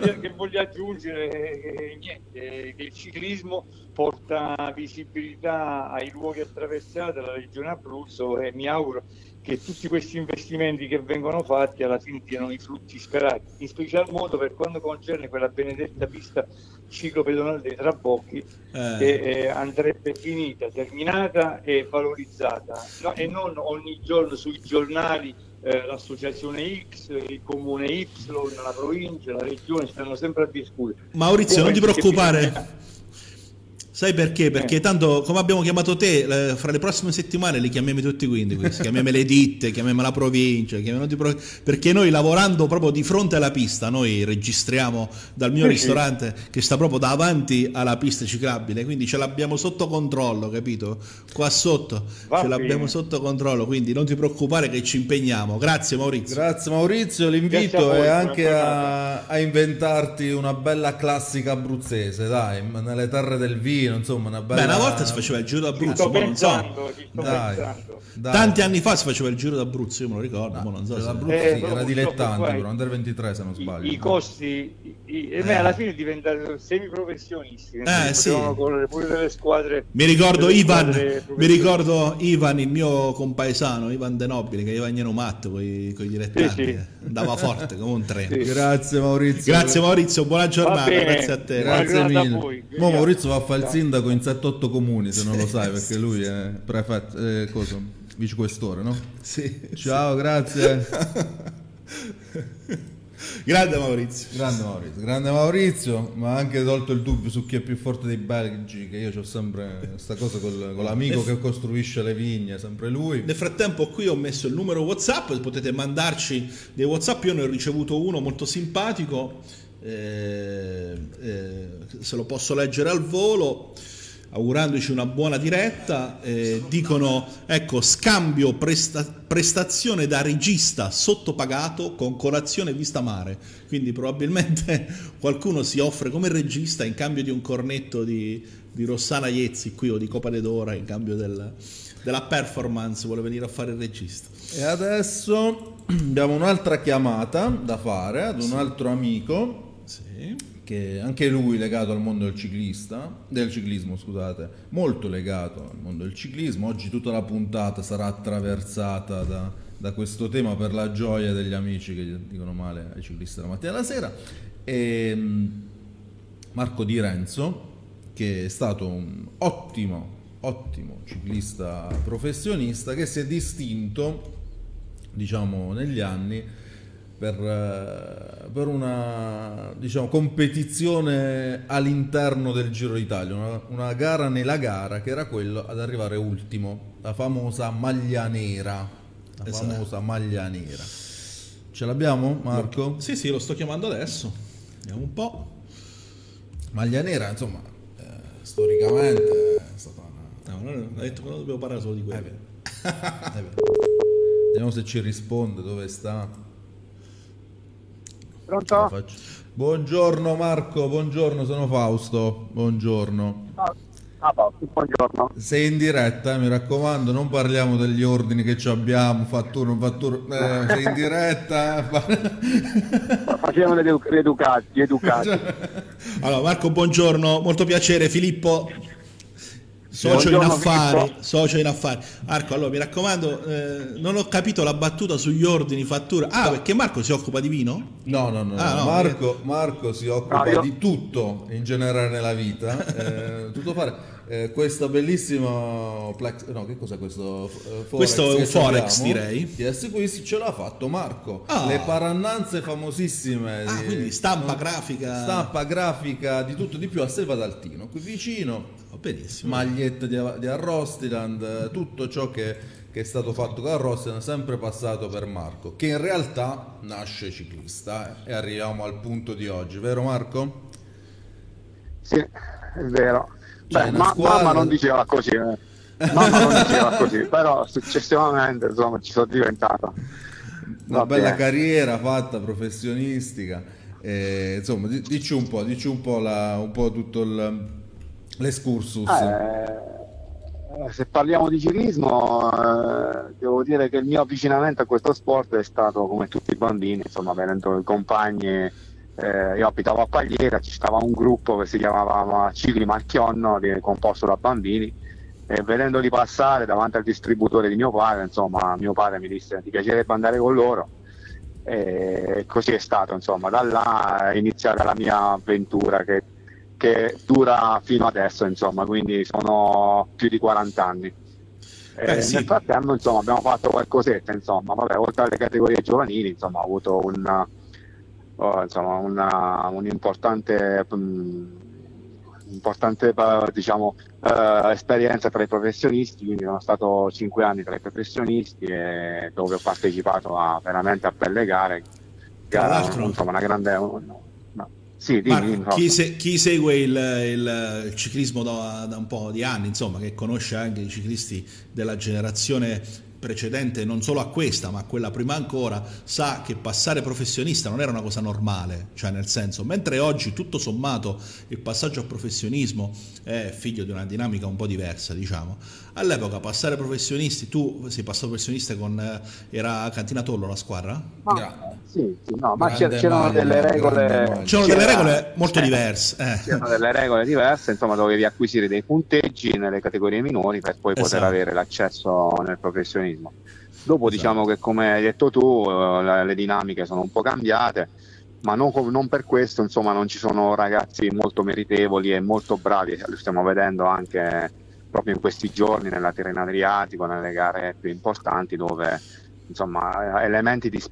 voglio aggiungere che, niente, che il ciclismo porta visibilità ai luoghi attraversati dalla regione Abruzzo e mi auguro che tutti questi investimenti che vengono fatti alla fine diano i frutti sperati, in special modo per quanto concerne quella benedetta pista ciclopedonale dei Trabocchi, eh. che eh, andrebbe finita, terminata e valorizzata, no, e non ogni giorno sui giornali eh, l'associazione X, il comune Y, la provincia, la regione stanno sempre a discutere. Maurizio, non ti preoccupare. Sai perché? Perché tanto, come abbiamo chiamato te, fra le prossime settimane li chiamiamo tutti quindi, questi. Chiamiamo le ditte, chiamiamo la provincia, chiamiamo pro... perché noi lavorando proprio di fronte alla pista, noi registriamo dal mio sì, ristorante sì. che sta proprio davanti alla pista ciclabile, quindi ce l'abbiamo sotto controllo, capito? Qua sotto Va ce bene. l'abbiamo sotto controllo, quindi non ti preoccupare che ci impegniamo. Grazie Maurizio. Grazie Maurizio, l'invito voi, è anche a, a inventarti una bella classica abruzzese, dai, nelle terre del vino. Insomma, una bella... Beh, una volta si faceva il giro d'Abruzzo, ma non so. Dai, dai. Tanti anni fa si faceva il giro d'Abruzzo, io me lo ricordo, ma non so. L'Abruzzo se... eh, sì, era dilettante, però under ventitré se non sbaglio. I, i costi, i, i, eh. alla fine diventano semiprofessionisti, eh, sì. correre pure delle squadre. Mi ricordo Ivan, mi ricordo Ivan, il mio compaesano, Ivan De Nobile, che Ivan Gnano Matto con i dilettanti, sì, sì. andava forte come un treno. Sì. Grazie Maurizio. Grazie Maurizio, buona giornata, grazie a te. Grazie mille. A voi. Mo Maurizio va a fare il sindaco in sette otto comuni, se non lo sai, perché lui è prefetto, eh, cosa, vicequestore, no? Sì. Ciao, grazie. Grande Maurizio. Grande Maurizio, grande Maurizio, ma ha anche tolto il dubbio su chi è più forte dei belgi, che io ho sempre questa cosa col, con l'amico che costruisce le vigne, sempre lui. Nel frattempo qui ho messo il numero WhatsApp, potete mandarci dei WhatsApp, io ne ho ricevuto uno molto simpatico, eh, eh, se lo posso leggere al volo, augurandoci una buona diretta. Eh, dicono, ecco, scambio presta- prestazione da regista sottopagato con colazione vista mare, quindi probabilmente qualcuno si offre come regista in cambio di un cornetto di, di Rossana Iezzi qui o di Copa de Dora, in cambio del, della performance vuole venire a fare il regista. E adesso abbiamo un'altra chiamata da fare ad un sì. altro amico, sì. che anche lui legato al mondo del ciclista, del ciclismo, scusate, molto legato al mondo del ciclismo. Oggi tutta la puntata sarà attraversata da, da questo tema, per la gioia degli amici che dicono male ai ciclisti la mattina e la sera. E Marco Di Renzo, che è stato un ottimo, ottimo ciclista professionista, che si è distinto, diciamo, negli anni Per, per una, diciamo, competizione all'interno del Giro d'Italia, una, una gara nella gara, che era quello ad arrivare ultimo, la famosa maglia nera, la esatto. famosa maglia nera. Ce l'abbiamo, Marco? Sì, sì, lo sto chiamando adesso. Vediamo un po'. Maglia nera, insomma, eh, storicamente è stata una... No, non ho detto che non dobbiamo parlare solo di quello. Vediamo se ci risponde, dove sta. Pronto? Buongiorno Marco, buongiorno, sono Fausto, buongiorno. Ah, ah, buongiorno. Sei in diretta, eh, mi raccomando, non parliamo degli ordini che ci abbiamo, fattura, non fattura, eh, sei in diretta. Facciamo gli educati, gli educati. Allora Marco, buongiorno, molto piacere, Filippo. Socio in affari, Filippo. socio in affari. Marco, allora mi raccomando, eh, non ho capito la battuta sugli ordini, fattura. Ah, perché Marco si occupa di vino? No, no, no. Ah, no Marco, Marco si occupa no, io... di tutto in generale nella vita. Eh, tutto fare. Eh, questa bellissima plex... no, che cos'è questo? Forex, questo è un Forex, abbiamo, direi. Yes, questo ce l'ha fatto Marco. Ah. Le parannanze famosissime. Ah, di... quindi stampa, grafica. Stampa, grafica, di tutto di più a Selva d'Altino, qui vicino. Oh, benissimo. Magliette di, di Arrostiland, tutto ciò che, che è stato fatto con Arrostiland è sempre passato per Marco, che in realtà nasce ciclista, eh, e arriviamo al punto di oggi, vero Marco? Sì, è vero. Cioè, Beh, ma, squadra... mamma non diceva così, eh. mamma non diceva così, però successivamente insomma ci sono diventato. Una bella carriera fatta professionistica, e, insomma, dici un po', dici un po', la, un po' tutto il, l'escursus. Eh, se parliamo di ciclismo, eh, devo dire che il mio avvicinamento a questo sport è stato come tutti i bambini, insomma, avendo i compagni Eh, io abitavo a Pagliera, ci stava un gruppo che si chiamava Cicli Marchionno, di- composto da bambini, e vedendoli passare davanti al distributore di mio padre, insomma, mio padre mi disse: ti piacerebbe andare con loro? E così è stato, insomma, da là è iniziata la mia avventura che, che dura fino adesso, insomma, quindi sono più di quaranta anni. Eh, Eh, sì. Nel frattempo, insomma, abbiamo fatto qualcosetta, insomma, vabbè, oltre alle categorie giovanili, insomma, ho avuto un, oh, insomma, una, un'importante, mh, importante, eh, diciamo, eh, esperienza tra i professionisti, quindi sono stato cinque anni tra i professionisti, e dove ho partecipato a, veramente a belle gare, Tra gara, l'altro- insomma, una grande... no, no. Sì, dimmi, Marco, dimmi, chi, Fausto. se- chi segue il, il- il ciclismo da, da un po' di anni, insomma, che conosce anche i ciclisti della generazione precedente, non solo a questa, ma a quella prima ancora, sa che passare professionista non era una cosa normale, cioè nel senso, mentre oggi tutto sommato il passaggio a professionismo è figlio di una dinamica un po' diversa, diciamo. All'epoca passare professionisti, tu sei passato professionista con, eh, era Cantina Tollo la squadra? Ma- Grande. sì, sì, no, ma Grande c'er- c'erano maglia, delle grande regole... maglia. C'erano c'era- delle regole molto eh, diverse. eh. C'erano delle regole diverse, insomma, dovevi acquisire dei punteggi nelle categorie minori per poi poter Esatto. avere l'accesso nel professionismo. Dopo, Esatto. diciamo che, come hai detto tu, eh, le, le dinamiche sono un po' cambiate, ma non, com- non per questo, insomma, non ci sono ragazzi molto meritevoli e molto bravi. Lo stiamo vedendo anche proprio in questi giorni nella Tirreno Adriatico, nelle gare più importanti, dove, insomma, elementi di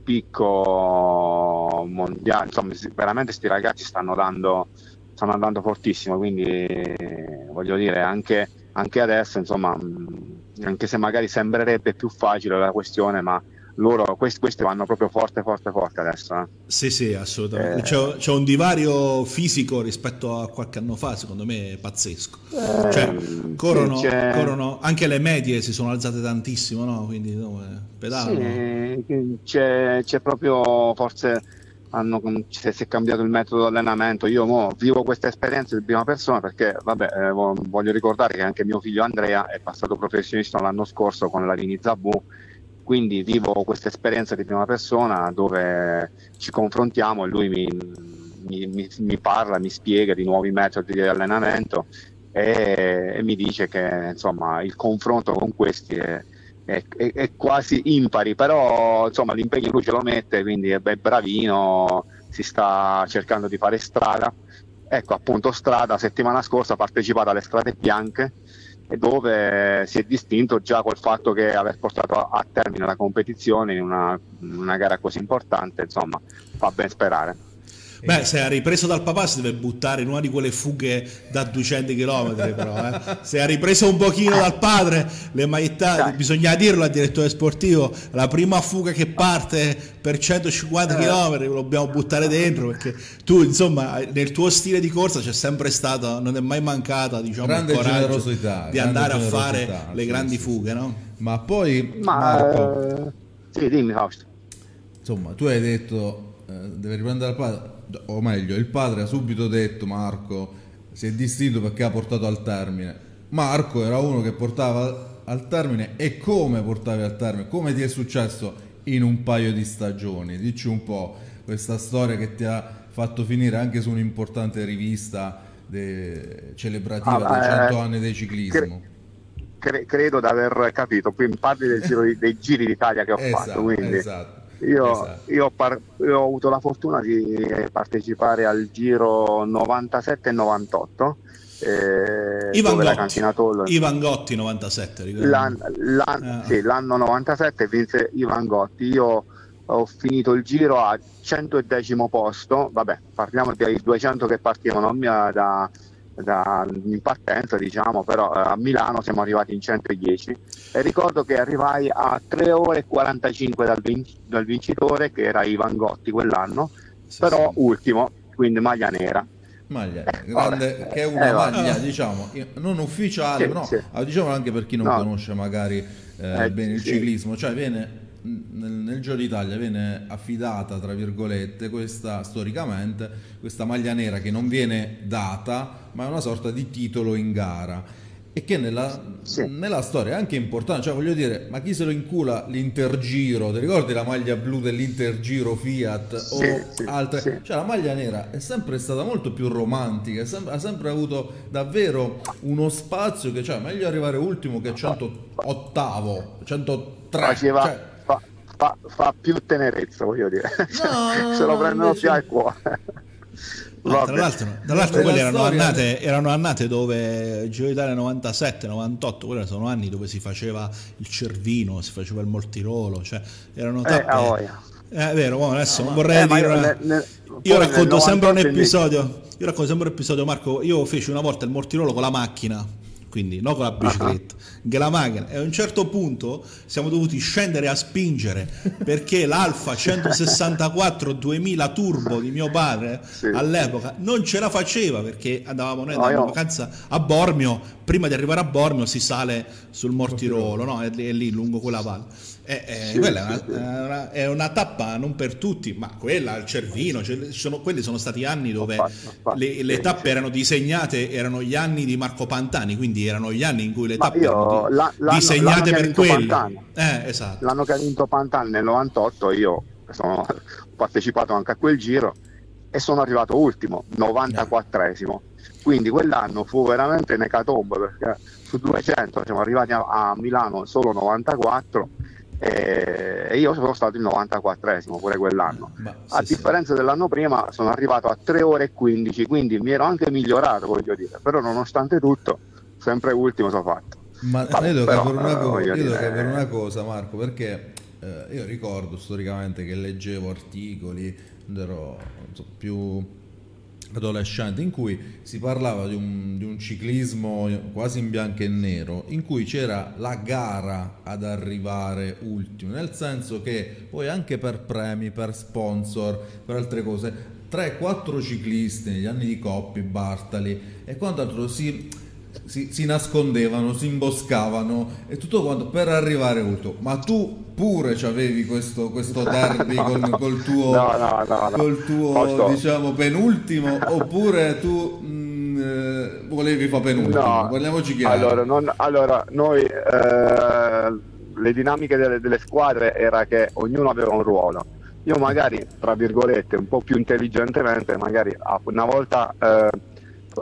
spicco mondiale, insomma, si- veramente sti ragazzi stanno dando, stanno andando fortissimo, quindi eh, voglio dire, anche, anche adesso, insomma, mh, anche se magari sembrerebbe più facile la questione, ma loro, questi, questi vanno proprio forte, forte, forte adesso. eh. Sì, sì, assolutamente. Eh. C'è, c'è un divario fisico rispetto a qualche anno fa, secondo me è pazzesco. Eh, Cioè, corrono, sì, c'è- corrono- anche le medie si sono alzate tantissimo, no? Quindi no, eh, pedalano. Sì, c'è, c'è proprio, forse hanno, si è si è cambiato il metodo di allenamento. Io mo vivo questa esperienza in prima persona perché, vabbè, eh, vo- voglio ricordare che anche mio figlio Andrea è passato professionista l'anno scorso con la Rini Zabù, quindi vivo questa esperienza di prima persona dove ci confrontiamo e lui mi, mi- mi- mi parla, mi spiega di nuovi metodi di allenamento e, e mi dice che, insomma, il confronto con questi è, è- è- è quasi impari, però, insomma, l'impegno lui ce lo mette, quindi è, è bravino, si sta cercando di fare strada. Ecco, appunto, strada, settimana scorsa ha partecipato alle strade bianche, e dove si è distinto già col fatto che aver portato a, a termine la competizione in una, in una gara così importante, insomma, fa ben sperare. Beh, se ha ripreso dal papà si deve buttare in una di quelle fughe da duecento chilometri, però, eh. Se ha ripreso un pochino dal padre, le magliette, Dai. bisogna dirlo al direttore sportivo, la prima fuga che parte per centocinquanta chilometri lo dobbiamo buttare dentro, perché tu, insomma, nel tuo stile di corsa c'è sempre stato, non è mai mancata, diciamo, Grande il coraggio generosità, di grande andare a generosità, fare le sì, grandi sì, fughe, sì. no? Ma poi, Ma Marco, eh, sì, dimmi, Fausto. insomma, tu hai detto eh, deve riprendere il padre, o meglio, il padre ha subito detto: Marco si è distinto perché ha portato al termine. Marco era uno che portava al termine, e come portavi al termine? Come ti è successo in un paio di stagioni? Dici un po' questa storia che ti ha fatto finire anche su un'importante rivista de- celebrativa Ah, dei eh, cento anni del ciclismo. Cre- credo di aver capito, quindi parli del giro di- dei giri d'Italia che ho fatto, Esatto, quindi esatto. io, esatto. io ho, par- io ho avuto la fortuna di partecipare al giro novantasette e novantotto, eh, Ivan dove la Gotti, Cantina Tollo, Ivan Gotti novantasette, ricordo. l'an- l'an- Ah. sì, l'anno novantasette vinse Ivan Gotti. Io ho finito il giro a centodecimo posto, vabbè, parliamo dei duecento che partivano mia- da, da- in partenza, diciamo, però eh, a Milano siamo arrivati in centodieci, e ricordo che arrivai a tre ore e quarantacinque dal, vin- dal vincitore, che era Ivan Gotti quell'anno, Sì, però sì. ultimo, quindi maglia nera. Maglia, Eh, grande, vabbè. che è una Eh, vabbè. maglia, diciamo, non ufficiale, Sì, però sì. ah, diciamo anche per chi non No. conosce magari eh, Eh, bene il sì. ciclismo, cioè viene mh, nel, nel Giro d'Italia viene affidata, tra virgolette, questa storicamente, questa maglia nera che non viene data, ma è una sorta di titolo in gara. e che nella, Sì. nella storia è anche importante, cioè voglio dire, ma chi se lo incula l'Intergiro, ti ricordi la maglia blu dell'Intergiro Fiat o Sì, sì, altre, sì. cioè la maglia nera è sempre stata molto più romantica, è sempre- ha sempre avuto davvero uno spazio che, cioè, meglio arrivare ultimo che centottavo, centotre, Faceva, cioè, fa, fa, fa più tenerezza, voglio dire. No, no, Se lo no, prendono invece- più al cuore. No, Vabbè. tra l'altro, tra l'altro Nella quelle erano storia- annate, erano annate dove il Giro d'Italia novantasette novantotto, quelli sono anni dove si faceva il Cervino, si faceva il Mortirolo, cioè erano Eh, tappe. ah, voglia. Eh, è vero, mo adesso non vorrei Eh, ma dire io una- nel- nel- io poi racconto nel sempre un novantotto episodio, io racconto sempre un episodio, Marco, io feci una volta il Mortirolo con la macchina, quindi non con la bicicletta, che la macchina, e a un certo punto siamo dovuti scendere a spingere perché l'Alfa centosessantaquattro duemila turbo di mio padre Sì. all'epoca non ce la faceva, perché andavamo noi No, andavamo in io- vacanza a Bormio, prima di arrivare a Bormio si sale sul Mortirolo, no? È lì, è lì lungo quella valle. Eh, eh, Sì, quella sì, è, una, è una- è una tappa non per tutti, ma quella al Cervino, cioè, sono, quelli sono stati anni dove Infatti, infatti, le, le sì, tappe sì. erano disegnate, erano gli anni di Marco Pantani, quindi erano gli anni in cui le Ma tappe io erano di- la- l'anno- disegnate l'anno che ha per vinto quelli. Pantani. Eh, esatto. L'anno che ha vinto Pantani nel novantotto, io sono, ho partecipato anche a quel giro e sono arrivato ultimo, novantaquattresimo. Quindi quell'anno fu veramente un'ecatombe, perché su duecento siamo arrivati a, a Milano solo novantaquattro e, e io sono stato il novantaquattresimo pure quell'anno. Ma A sì, sì. differenza dell'anno prima sono arrivato a tre ore e quindici, quindi mi ero anche migliorato, voglio dire, però nonostante tutto sempre ultimo sono fatto. Ma Vabbè, io devo però, capire una, eh, co- voglio io devo dire- capire una cosa, Marco, perché eh, io ricordo storicamente che leggevo articoli quando ero non so, più adolescente in cui si parlava di un, di un ciclismo quasi in bianco e nero, in cui c'era la gara ad arrivare ultimo, nel senso che poi anche per premi, per sponsor, per altre cose, tre quattro ciclisti negli anni di Coppi, Bartali e quant'altro si Si, si nascondevano, si imboscavano e tutto quanto per arrivare ultimo. Ma tu pure c'avevi questo, questo derby No, col, no. col tuo, No, no, no, no. col tuo Posso- diciamo penultimo, oppure tu mh, eh, volevi fa penultimo? No, Parliamoci chiaro. allora, non- allora, noi eh, le dinamiche delle, delle squadre era che ognuno aveva un ruolo. Io magari, tra virgolette, un po' più intelligentemente, magari ah, una volta eh, eh,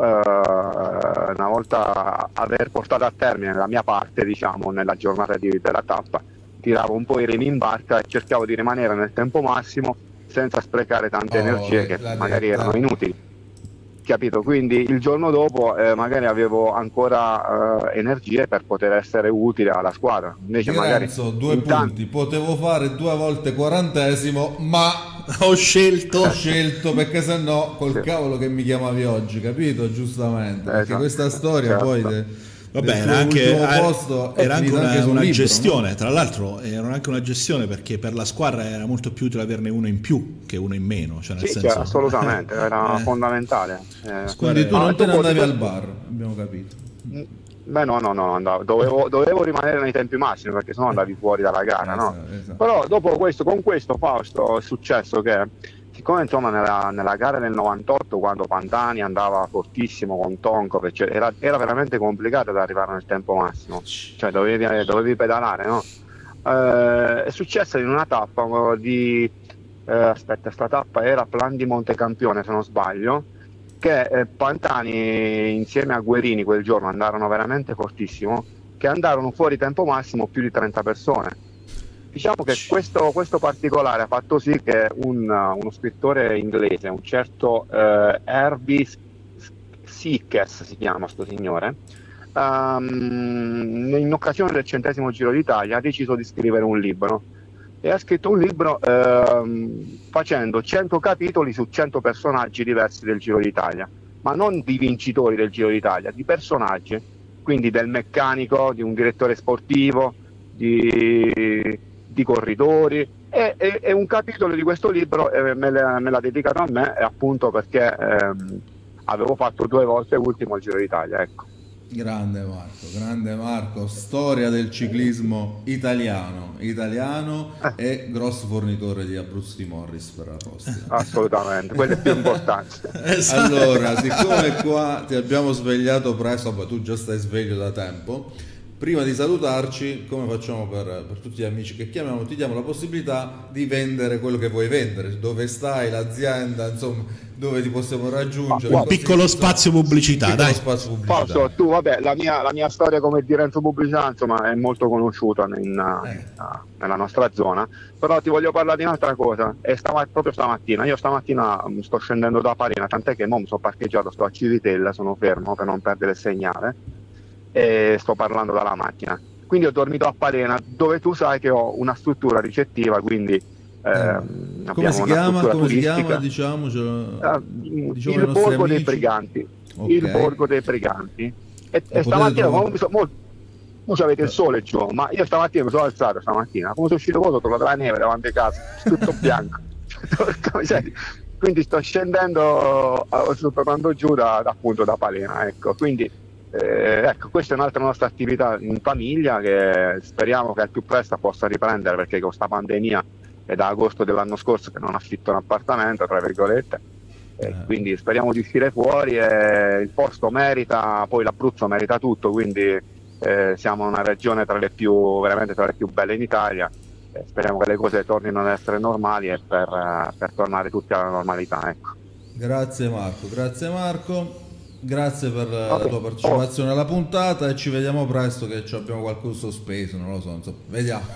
una volta aver portato a termine la mia parte, diciamo, nella giornata di- della tappa, tiravo un po' i remi in barca e cercavo di rimanere nel tempo massimo senza sprecare tante Oh, energie che l'ha magari detta. erano inutili. Capito? Quindi il giorno dopo eh, magari avevo ancora eh, energie per poter essere utile alla squadra. Invece magari Renzo, due intanto- punti, potevo fare due volte quarantesimo, ma Ho scelto ho scelto perché sennò col Sì. cavolo che mi chiamavi oggi, capito? Giustamente, perché Esatto. questa storia Certo. poi de- Vabbè, del era tuo anche, ultimo era- posto è era anche finita una, anche sul una libro, gestione, no? tra l'altro era anche una gestione perché per la squadra era molto più utile averne uno in più che uno in meno, cioè nel Sì, senso, cioè, assolutamente, era Eh, fondamentale. Eh, Quindi tu Ah, non te ne dopo- andavi al bar, abbiamo capito. Beh, no, no, no, andavo- dovevo, dovevo rimanere nei tempi massimi perché sennò andavi fuori dalla gara, no? Esatto, esatto. Però dopo questo, con questo Fausto è successo che, siccome insomma nella, nella gara del novantotto, quando Pantani andava fortissimo con Tonkov, cioè, era, era veramente complicato ad arrivare nel tempo massimo, cioè dovevi, dovevi pedalare, no? Eh, è successo in una tappa di, eh, aspetta, sta tappa era Plan di Montecampione se non sbaglio, che eh, Pantani insieme a Guerini quel giorno andarono veramente fortissimo, che andarono fuori tempo massimo più di trenta persone. Diciamo che questo, questo particolare ha fatto sì che un, uno scrittore inglese, un certo eh, Herbie Sickes si chiama sto signore, ehm, in occasione del centesimo Giro d'Italia ha deciso di scrivere un libro e ha scritto un libro ehm, facendo cento capitoli su cento personaggi diversi del Giro d'Italia, ma non di vincitori del Giro d'Italia, di personaggi, quindi del meccanico, di un direttore sportivo, di, di corridori e, e, e un capitolo di questo libro eh, me, l'ha, me l'ha dedicato a me, appunto perché ehm, avevo fatto due volte ultimo al Giro d'Italia, ecco. Grande Marco, grande Marco, storia del ciclismo italiano, italiano e grosso fornitore di Abruzzi di Morris per Arrosti. Assolutamente, quello è più importante. Esatto. Allora, siccome qua ti abbiamo svegliato presto, vabbè, tu già stai sveglio da tempo, prima di salutarci, come facciamo per, per tutti gli amici che chiamiamo, ti diamo la possibilità di vendere quello che vuoi vendere, dove stai, l'azienda, insomma, dove ti possiamo raggiungere. Un piccolo spazio pubblicità, piccolo dai. spazio pubblicità. Posso, tu, vabbè, la mia, la mia storia come diretto pubblicità, insomma, è molto conosciuta in, Eh. uh, nella nostra zona, però ti voglio parlare di un'altra cosa. E stama- proprio stamattina, io stamattina um, sto scendendo da Parina, tant'è che mo mi sono parcheggiato, sto a Civitella, sono fermo per non perdere il segnale e sto parlando dalla macchina. Quindi ho dormito a Parena, dove tu sai che ho una struttura ricettiva, quindi ehm, Come si abbiamo una chiama? struttura Come si turistica. chiama? Diciamocelo. Ah, diciamo ai il nostri borgo dei amici. briganti, Ok. il borgo dei briganti. E, e potete stamattina trovare- come mi so, mo, mo c'avete il sole giù, ma io stamattina mi sono alzato stamattina, come sono uscito fuori, ho trovato la neve davanti a casa, tutto bianco. Cioè, quindi sto scendendo, eh, sto tornando giù da, da, appunto da Palena, ecco. Quindi eh, ecco, questa è un'altra nostra attività in famiglia che speriamo che al più presto possa riprendere, perché con questa pandemia è da agosto dell'anno scorso che non affitto un appartamento, tra virgolette, e Eh. quindi speriamo di uscire fuori e il posto merita, poi l'Abruzzo merita tutto, quindi eh, siamo una regione tra le più, veramente tra le più belle in Italia, e speriamo che le cose tornino ad essere normali e per, eh, per tornare tutti alla normalità, ecco. Grazie Marco, grazie Marco, grazie per la Ok. tua partecipazione alla puntata e ci vediamo presto che ci abbiamo qualcosa sospeso, non lo so, insomma, vediamo.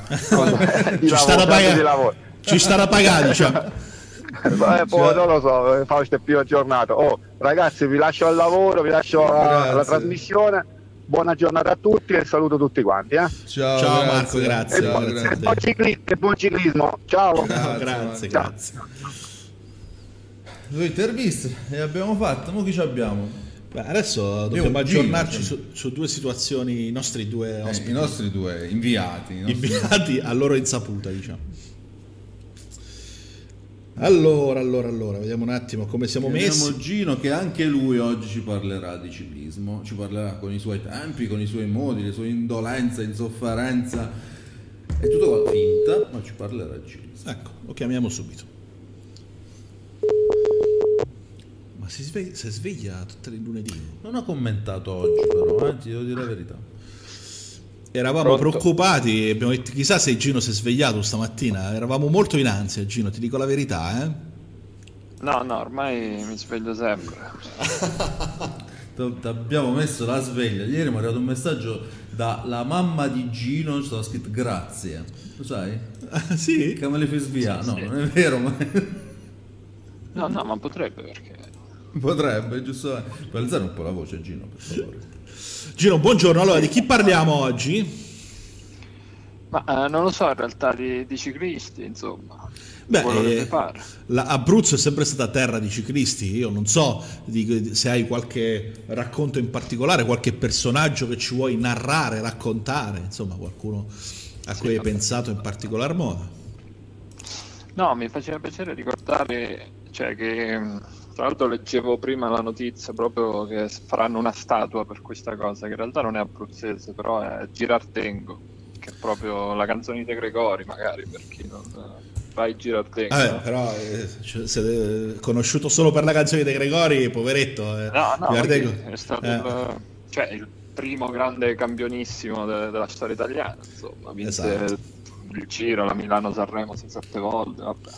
Di Ci sta lavoro, da pagare. di lavoro. Ci sta da pagare, diciamo. Eh, poi, non lo so, fa questa prima giornata. Oh, ragazzi, vi lascio al lavoro, vi lascio alla, alla Grazie. trasmissione. Buona giornata a tutti e saluto tutti quanti. Eh. Ciao, Ciao, grazie. Marco, grazie. E, Ciao, buon, grazie. e buon ciclismo, e buon ciclismo. Ciao. Grazie, Grazie, Ciao. grazie. Due interviste e abbiamo fatto, mo chi ci abbiamo? Beh, adesso dobbiamo un giro, aggiornarci cioè. su, su due situazioni, i nostri due Eh, ospiti I nostri due inviati. i nostri- inviati a loro insaputa, diciamo. Allora, allora, allora, vediamo un attimo come siamo Abbiamo messi. Gino che anche lui oggi ci parlerà di ciclismo, ci parlerà con i suoi tempi, con i suoi modi, le sue indolenza, insofferenza, è tutto qua finta, ma ci parlerà di ciclismo. Ecco, lo chiamiamo subito. Ma si sveglia, si sveglia tutte le lunedì. Non ha commentato oggi però, eh, ti devo dire la verità. Eravamo Pronto? preoccupati e abbiamo detto chissà se Gino si è svegliato stamattina. Eravamo molto in ansia, Gino, ti dico la verità, eh? No, no, ormai mi sveglio sempre. Ti abbiamo messo la sveglia, ieri mi è arrivato un messaggio dalla mamma di Gino, ci stava scritto grazie, lo sai? Ah, sì? Che me le fai sviare, no, Sì. non è vero, ma No, no, ma potrebbe perché... potrebbe, giusto? Per alzare un po' la voce Gino, per favore. Gino, buongiorno. Allora, di chi parliamo oggi? Ma eh, non lo so in realtà di, di ciclisti, insomma. Beh, quello che eh, mi pare. la Abruzzo è sempre stata terra di ciclisti. Io non so di- se hai qualche racconto in particolare, qualche personaggio che ci vuoi narrare, raccontare, insomma, qualcuno a cui hai vabbè. pensato in particolar modo. No, mi faceva piacere ricordare, cioè che mh, tra l'altro leggevo prima la notizia proprio che faranno una statua per questa cosa, che in realtà non è abruzzese, però è Girardengo, che è proprio la canzone di De Gregori, magari per chi non vai Girardengo. Vabbè, però eh, cioè, se, eh, conosciuto solo per la canzone di De Gregori, poveretto. Eh, No, no, Girardengo. perché è stato Eh, il, cioè, il primo grande campionissimo de- della storia italiana, insomma, vinse Esatto. il Giro, la Milano-Sanremo sei, sette volte, vabbè.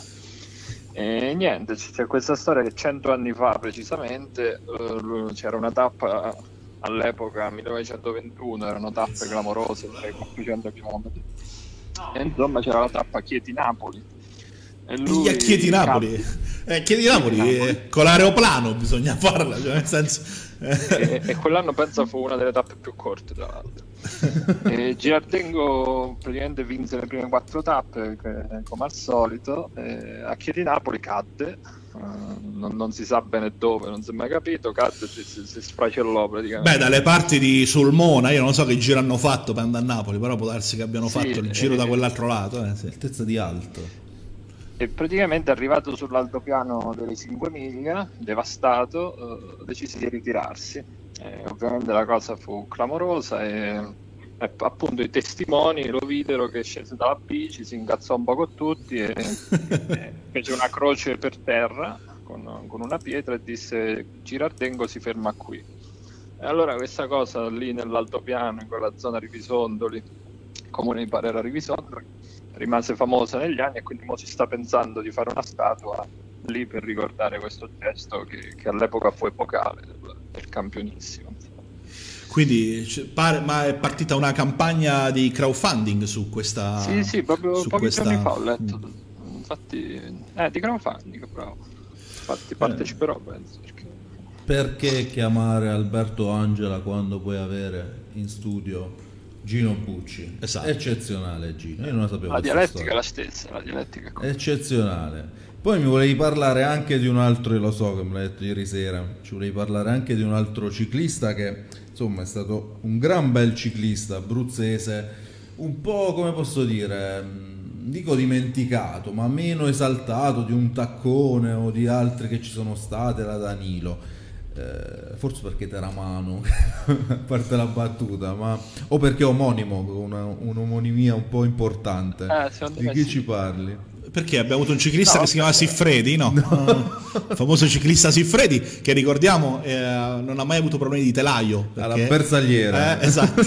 E niente, c'è questa storia che cento anni fa precisamente eh, c'era una tappa all'epoca, millenovecentoventuno, erano tappe clamorose, quattrocento chilometri, e insomma c'era la tappa Chieti-Napoli. E lui, Gli a Chieti-Napoli. Eh, Chieti-Napoli, Chieti-Napoli. eh, con l'aeroplano bisogna farla, cioè nel senso... e, e quell'anno penso fu una delle tappe più corte tra l'altro. E Girardengo praticamente vinse le prime quattro tappe che- come al solito, e a Chieti-Napoli cadde, eh, non, non si sa bene dove, non si è mai capito, cadde e si, si, si sfracellò praticamente. Beh, dalle parti di Sulmona, io non so che giro hanno fatto per andare a Napoli, però può darsi che abbiano Sì, fatto il giro eh, da quell'altro lato. Eh, sì. Altezza di alto. E praticamente arrivato sull'altopiano delle cinque miglia, devastato, eh, decise di ritirarsi. Eh, ovviamente la cosa fu clamorosa e, e appunto i testimoni lo videro che scese dalla bici, si incazzò un po' con tutti e, e fece una croce per terra con, con una pietra e disse Girardengo si ferma qui. E allora questa cosa lì nell'altopiano, in quella zona Rivisondoli, comune mi pare era Rivisondoli, rimase famosa negli anni e quindi mo si sta pensando di fare una statua lì per ricordare questo gesto che, che all'epoca fu epocale del, del campionissimo. Quindi pare, ma è partita una campagna di crowdfunding su questa... Sì, sì, proprio su pochi questa... giorni fa ho letto. Infatti, eh, di crowdfunding, bravo. Infatti parteciperò, penso. Perché... Perché chiamare Alberto Angela quando puoi avere in studio Gino Bucci? Esatto. Eccezionale Gino, io non la sapevo. La dialettica è la stessa, la dialettica è eccezionale. Poi mi volevi parlare anche di un altro, io lo so che me l'hai detto ieri sera, ci volevi parlare anche di un altro ciclista che insomma è stato un gran bel ciclista abruzzese, un po' come posso dire, dico dimenticato, ma meno esaltato di un Taccone o di altri che ci sono state, la Danilo. Eh, forse perché Teramano, a parte la battuta, ma o perché è omonimo, una, un'omonimia un po' importante. Eh, di chi sì. ci parli? Perché abbiamo avuto un ciclista no, che si chiama Siffredi, no? no. Il famoso ciclista Siffredi, che ricordiamo eh, non ha mai avuto problemi di telaio. Perché... Alla bersagliera. Eh, esatto.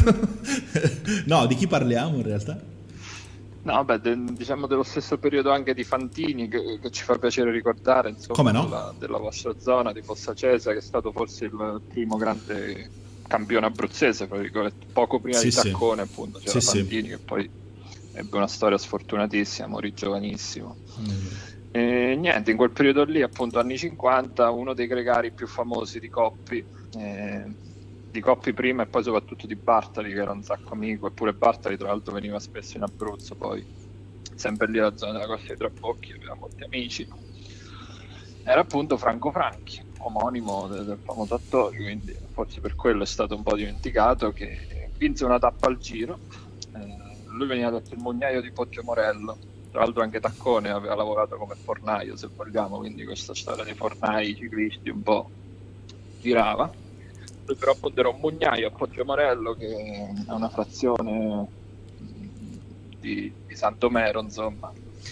No, di chi parliamo in realtà? No, vabbè, de, diciamo dello stesso periodo anche di Fantini, che, che ci fa piacere ricordare, insomma, Come no? della, della vostra zona, di Fossa Cesa, che è stato forse il primo grande campione abruzzese, fra virgolette, poco prima Sì, di sì. Taccone, appunto, c'era Sì, sì. Fantini, che poi ebbe una storia sfortunatissima, morì giovanissimo. Mm. E niente, in quel periodo lì, appunto, anni cinquanta, uno dei gregari più famosi di Coppi, eh, di Coppi prima e poi soprattutto di Bartali, che era un sacco amico, eppure Bartali tra l'altro veniva spesso in Abruzzo, poi sempre lì alla zona della Costa dei Trabocchi, aveva molti amici, era appunto Franco Franchi, omonimo del, del famoso attore, quindi forse per quello è stato un po' dimenticato, che vinse una tappa al Giro. Eh, lui veniva detto il mugnaio di Poggio-Morello, tra l'altro anche Taccone aveva lavorato come fornaio, se vogliamo, quindi questa storia dei fornai ciclisti un po' girava. Lui però appunto era un mugnaio a Poggio-Morello, che è una frazione di, di Santomero, insomma,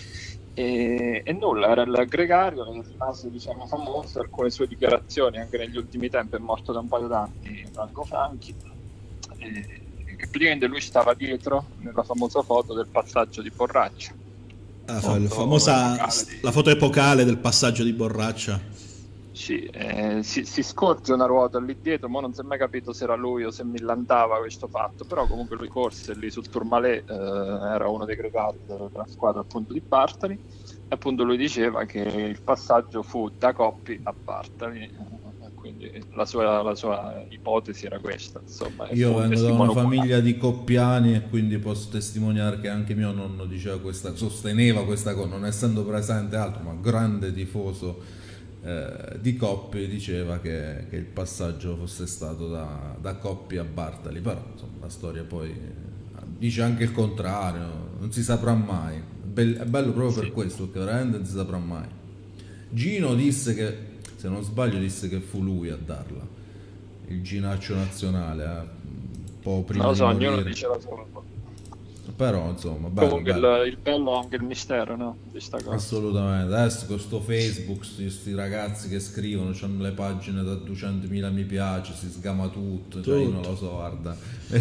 e, e nulla, era il gregario che rimase, diciamo, famoso, alcune sue dichiarazioni anche negli ultimi tempi, è morto da un paio d'anni Franco Franchi, e, che praticamente lui stava dietro nella famosa foto del passaggio di Borraccia. Ah, la famosa di... la foto epocale del passaggio di Borraccia. Sì, eh, si, si scorge una ruota lì dietro, ma non si è mai capito se era lui o se millantava questo fatto, però comunque lui corse lì sul Tourmalet, eh, era uno dei gregari della, della squadra appunto di Bartali, e appunto lui diceva che il passaggio fu da Coppi a Bartali, eh, quindi la sua, la sua ipotesi era questa, insomma. Io vengo da una famiglia di coppiani e quindi posso testimoniare che anche mio nonno diceva questa, sosteneva questa cosa, non essendo presente altro, ma grande tifoso Eh, di Coppi, diceva che, che il passaggio fosse stato da, da Coppi a Bartali, però insomma la storia poi eh, dice anche il contrario, non si saprà mai, è, be- è bello proprio per sì. questo, perché veramente non si saprà mai. Gino disse che, se non sbaglio, disse che fu lui a darla, il ginaccio nazionale, eh, un po' prima non lo so, di morire. ognuno diceva solo. Però insomma bello, comunque bello. Il, il bello è anche il mistero, no? Di sta cosa. Assolutamente. Adesso con sto Facebook, questi ragazzi che scrivono, hanno le pagine da duecentomila mi piace, si sgama tutto, tutto. Cioè io non lo so, guarda.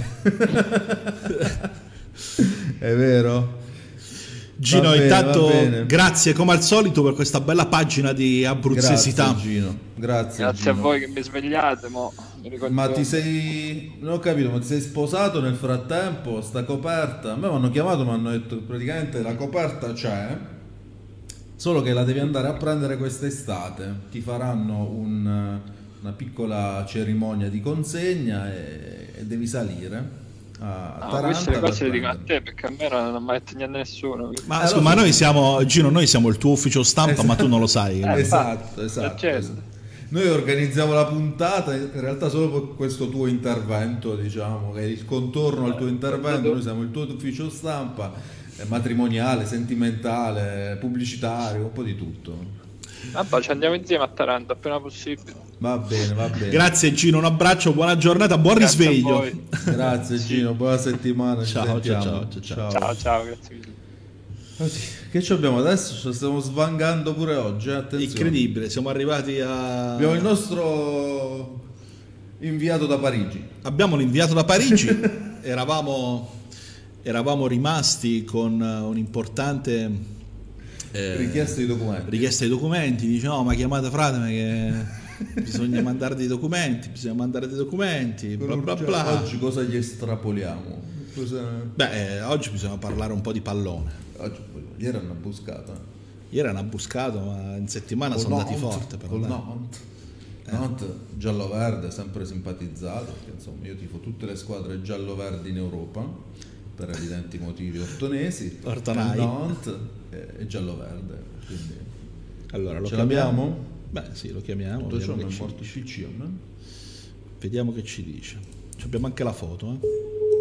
È vero? Gino, va bene, intanto grazie come al solito per questa bella pagina di abruzzesità. Grazie Gino, grazie, grazie Gino. a voi che mi svegliate, mo. Ma ti sei, non ho capito, ma ti sei sposato nel frattempo? Sta coperta? A me mi hanno chiamato, mi hanno detto praticamente la coperta c'è, solo che la devi andare a prendere quest'estate, ti faranno un, una piccola cerimonia di consegna e, e devi salire a No, Taranta. queste le cose le dico a prendere. te, perché a me non non mi ha detto niente nessuno. Ma, Eh, scusa, lo ma so. noi siamo, Gino, noi siamo il tuo ufficio stampa, Esatto. ma tu non lo sai. Eh, Esatto, esatto, certo. esatto. Noi organizziamo la puntata in realtà solo per questo tuo intervento, diciamo, che è il contorno al tuo intervento. Noi siamo il tuo ufficio stampa, eh, matrimoniale, sentimentale, pubblicitario, un po' di tutto. Vabbè, ci andiamo insieme a Taranto appena possibile. Va bene, va bene. Grazie Gino, un abbraccio, buona giornata, buon Grazie a risveglio. voi. Grazie Gino, buona settimana. ci Ciao, sentiamo. ciao, ciao, ciao. Ciao, ciao, grazie mille. Così, che ci abbiamo adesso? Ci stiamo svangando pure oggi, eh? Attenzione. Incredibile, siamo arrivati a... Abbiamo il nostro inviato da Parigi. Abbiamo l'inviato da Parigi, eravamo, eravamo rimasti con un'importante eh, Richiesta di documenti. richiesta di documenti, dice no ma chiamate Frateme che bisogna mandare dei documenti, bisogna mandare dei documenti, bla bla bla. Oggi cosa gli estrapoliamo? Cosa... Beh, eh, oggi bisogna parlare un po' di pallone. Oggi, ieri hanno buscato. Ieri hanno abbuscato, ma in settimana Col sono andati Nantes, forte però. col dai. Nantes. Nantes, giallo-verde, sempre simpatizzato, perché insomma io tifo tutte le squadre giallo-verdi in Europa, per evidenti motivi ortonesi, Ortonai. Nantes e giallo-verde. Quindi... Allora, lo Ce chiamiamo? l'abbiamo? Beh, sì, lo chiamiamo. Tutto ciò Vediamo mi che, è ci morto il dice. P C a me. Vediamo che ci dice. Ci abbiamo anche la foto, eh.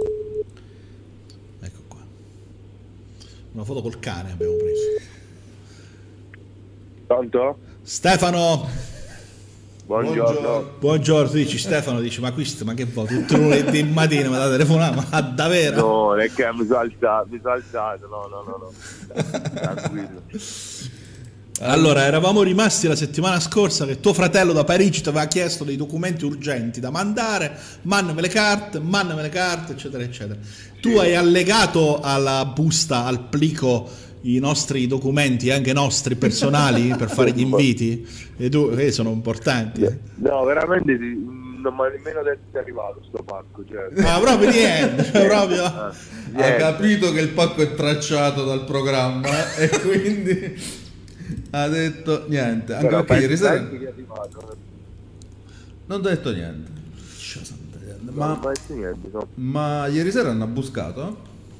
Ecco qua. Una foto col cane abbiamo preso. Pronto? Stefano! Buongiorno. Buongiorno, dici Stefano, dici ma questo, ma che vuoi? Tutto lunedì mattina mi dà telefonata, ma davvero? No, non è che mi sono alzato, mi sono alzato, no, no, no, no. Tranquillo. Allora, eravamo rimasti la settimana scorsa che tuo fratello da Parigi ti aveva chiesto dei documenti urgenti da mandare, mandami le carte, mandami le carte, eccetera, eccetera. Tu hai allegato alla busta, al plico, i nostri documenti, anche nostri personali, per fare gli inviti? E tu, che sono importanti. eh? No, veramente sì, non mi ha nemmeno detto che è arrivato sto pacco. Cioè. Ma proprio niente, cioè proprio... Ah, Ha niente. capito che il pacco è tracciato dal programma e quindi ha detto niente. Anche Però perché ieri penso sera anche che è arrivato. non ho detto niente. Ma non Ma, ho detto niente, no. ma ieri sera hanno abbuscato?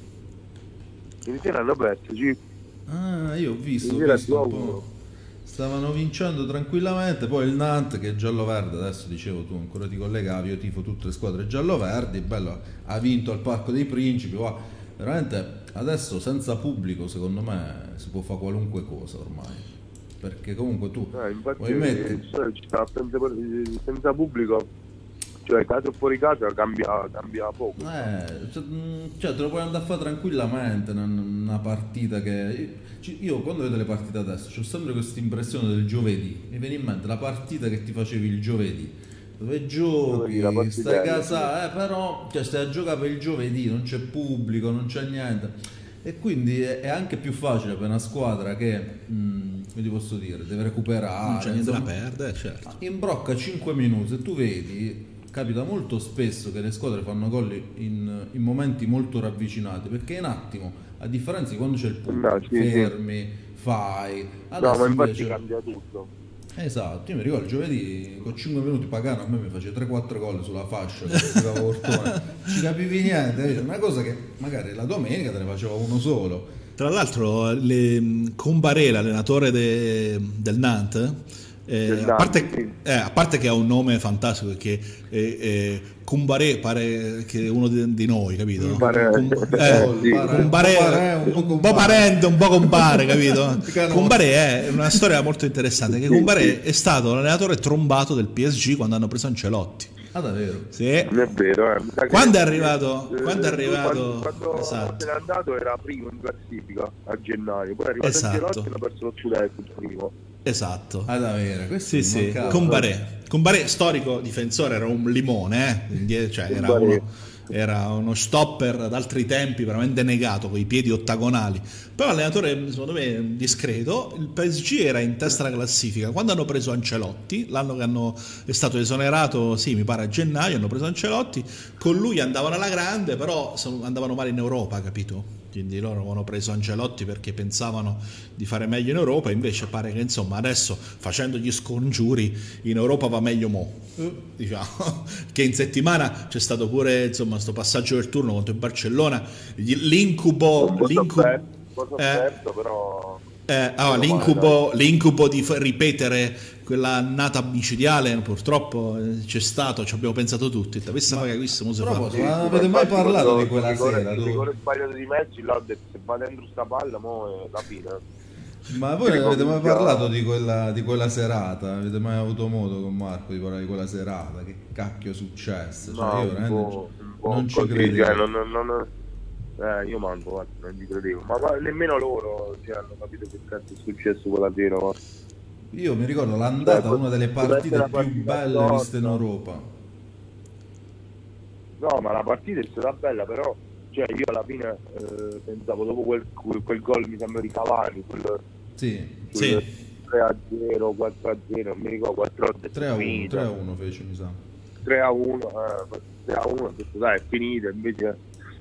Ieri sera hanno perso, sì. Ah, io ho visto, ho Ieri visto un due a uno. po'. Stavano vincendo tranquillamente, poi il Nantes che è giallo-verde, adesso dicevo tu ancora ti collegavi, io tifo tutte le squadre giallo-verdi, bello, ha vinto al Parco dei Principi, wow. Veramente adesso senza pubblico secondo me si può fare qualunque cosa ormai, perché comunque tu Eh, infatti vuoi mettere... eh, ci sta senza, senza pubblico, cioè casa o fuori casa cambia, cambia poco. Eh, cioè, mh, cioè, te lo puoi andare a fare tranquillamente una, una partita che io, io quando vedo le partite adesso ho sempre questa impressione del giovedì, mi viene in mente la partita che ti facevi il giovedì dove giochi, la stai a partitella, casa, eh, però cioè, stai a giocare per il giovedì, non c'è pubblico, non c'è niente e quindi è, è anche più facile per una squadra che mh, come ti posso dire, deve recuperare, Non c'è niente da insomma, perdere, certo. imbrocca cinque minuti e tu vedi, capita molto spesso che le squadre fanno gol in, in momenti molto ravvicinati perché in un attimo, a differenza di quando c'è il pubblico, No, sì, sì. fermi, fai No, adesso ma infatti invece- cambia tutto. esatto, io mi ricordo giovedì con cinque minuti Pagano a me mi faceva tre quattro gol sulla fascia che giocava Ortone. Ci capivi niente, una cosa che magari la domenica te ne faceva uno solo. Tra l'altro, le, Combaré, l'allenatore de- del Nantes, eh, Del a, parte, Nantes, sì. eh, a parte che ha un nome fantastico, perché eh, eh, Combaré pare che è uno di, di noi, capito? Combaré, Com- eh, eh, sì. Combaré, Combaré, un po' un po' parente, un po' compare, capito? Africano. Combaré è una storia molto interessante, che Combaré è stato l'allenatore trombato del P S G quando hanno preso Ancelotti. Ah davvero? Sì. Non è vero, eh. Mi sa che- Quando è arrivato- eh, quando è arrivato- quando, quando esatto. se n'è andato era primo in classifica a gennaio, poi è arrivato Esatto. Ancelotti e ha perso lo scudetto primo. Esatto. Ah davvero? Questo Sì, mi sì, mancava. Combaré. Combaré, storico difensore, era un limone, eh? Indie- cioè era, Combaré. uno, era uno stopper d'altri tempi, veramente negato, con i piedi ottagonali. Però allenatore, secondo me, discreto. Il P S G era in testa alla classifica. Quando hanno preso Ancelotti, l'anno che hanno, è stato esonerato, sì, mi pare a gennaio, hanno preso Ancelotti, con lui andavano alla grande, però sono- andavano male in Europa, capito? Quindi loro avevano preso Ancelotti perché pensavano di fare meglio in Europa, invece pare che insomma adesso facendo gli scongiuri in Europa va meglio mo, diciamo, che in settimana c'è stato pure insomma sto passaggio del turno contro il Barcellona, gli- l'incubo, Un po' l'incubo sofferto, un po' eh, sofferto, però eh, ah, l'incubo, l'incubo di f- ripetere quella annata micidiale purtroppo eh, c'è stato, ci abbiamo pensato tutti, questa magari questo mo si fa. Proposito, ma avete mai parlato di quella il rigore, sera? il tu? rigore sbagliato di Messi, là ho detto se va dentro sta palla mo è la fine. Ma voi ne avete mai parlato di quella, di quella serata? Avete mai avuto modo con Marco di parlare di quella serata? Che cacchio è successo? Cioè, No, io un veramente po', un po' non ci così, credevo. cioè, non, non, non, eh, io manco, guarda, non ci credevo, ma, ma nemmeno loro cioè, hanno capito che cazzo è successo quella sera. guarda. Io mi ricordo l'andata, Cioè, una delle deve partite essere più una partita belle tosta. viste in Europa. No, ma la partita è stata bella, però cioè, io alla fine eh, pensavo dopo quel, quel, quel gol mi sembra di Cavani, quel, Sì, Sì. quel tre a zero, quattro a zero, non mi ricordo, quattro a zero, tre a uno, finita. tre a uno fece, mi sa. tre a uno, eh, tre a uno, ho detto dai è finita, invece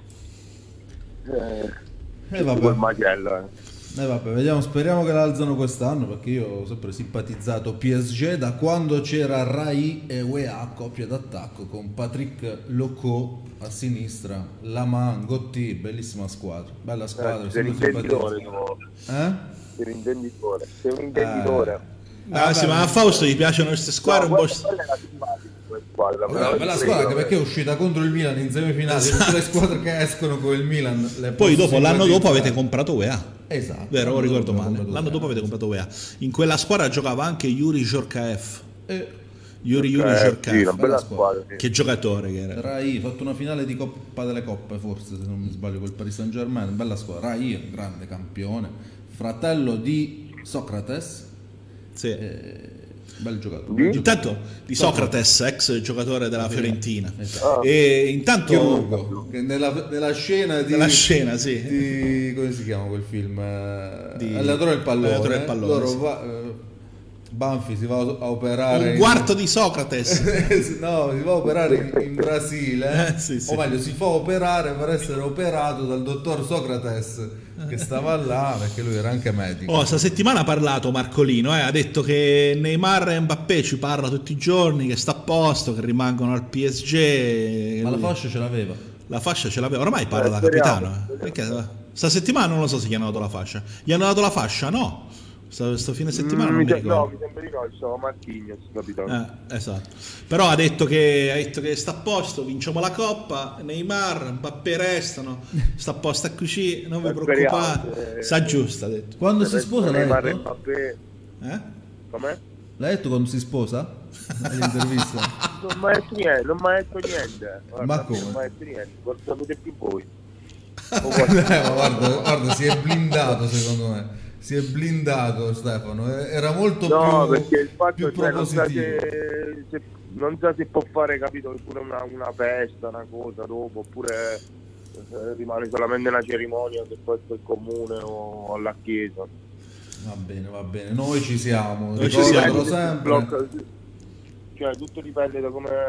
eh, E quel vabbè. macello eh. Eh vabbè, vediamo, speriamo che la alzano quest'anno, perché io ho sempre simpatizzato P S G da quando c'era Rai e U E A, coppia d'attacco con Patrick Locaux a sinistra, Laman, Gotti, bellissima squadra, bella squadra, Eh, sei un sempre intenditore simpatizzato. tu. Eh? Sei un intenditore, sei un intenditore. Ah, sì, ma a Fausto gli piacciono queste squadre No, un po'. quella- quella era simpatica, quella squadra, Vabbè, però bella ti squadra, prego, anche perché è uscita contro il Milan in semifinale, tutte le squadre che escono con il Milan le Poi posso dopo, l'anno dopo simpatizzare. avete comprato U E A. Esatto. Vero, lo ricordo L'anno male. dopo L'anno dopo avete esatto. comprato U E A. In quella squadra giocava anche Yuri Jorkaeff. E Yuri Yuri Eh, sì, una Jorkaeff. bella squadra. squadra, sì. Che giocatore che era. Rai, fatto una finale di Coppa delle Coppe, forse se non mi sbaglio, col Paris Saint Germain, bella squadra. Rai, un grande campione, fratello di Socrates, Sì. eh, bel giocatore. Di? bel giocatore. Intanto di Socrates, ex giocatore della Fiorentina. Esatto. E intanto Chirurgo, che nella, nella scena di... nella scena, sì. di- come si chiama quel film? Eh, Di- Allenatore del pallone. Allenatore del pallone, Loro sì. va- eh, Banfi si va a operare Un in- quarto di Socrates. no, si va a operare in, in Brasile, Eh, sì, sì. o meglio si fa operare per essere operato dal dottor Socrates che stava là perché lui era anche medico. Oh, sta settimana ha parlato Marcolino, eh, ha detto che Neymar e Mbappé ci parla tutti i giorni, che sta a posto, che rimangono al P S G. Ma la Lui- fascia ce l'aveva. la fascia ce l'aveva, ormai parla Eh, da speriamo, capitano. eh. Perché sta settimana non lo so se gli hanno dato la fascia. Gli hanno dato la fascia? No. Sto, sto fine settimana Mm, non mi mi sem- ricordo. no, mi sembra di no, ci stava Marquinhos, capitano. Eh, esatto. Però ha detto, che, ha detto che sta a posto, vinciamo la coppa, Neymar, Mbappé restano, sta a posto qui, non vi Eh, preoccupate. speriamo, eh. Sta giusta, ha detto. Quando si sposa l'ha Neymar e detto? Mbappé, Eh? com'è? L'ha detto quando si sposa? Nell'intervista? Non mi ha detto niente, non mi ha detto niente. Guarda, Ma non come? mi ha detto niente, forse sapete più voi. O Eh, guarda- ma guarda, guarda, si è blindato secondo me. Si è blindato Stefano, eh, era molto No, più, perché il fatto più cioè, non, sa propositivo. se, se- non sa se può fare, capito, pure una, una festa, una cosa dopo, oppure eh, rimane solamente una cerimonia che può essere il comune o alla chiesa. Va bene, va bene, noi ci siamo, Noi ci ricordalo siamo. sempre. Blocca- cioè tutto dipende da come,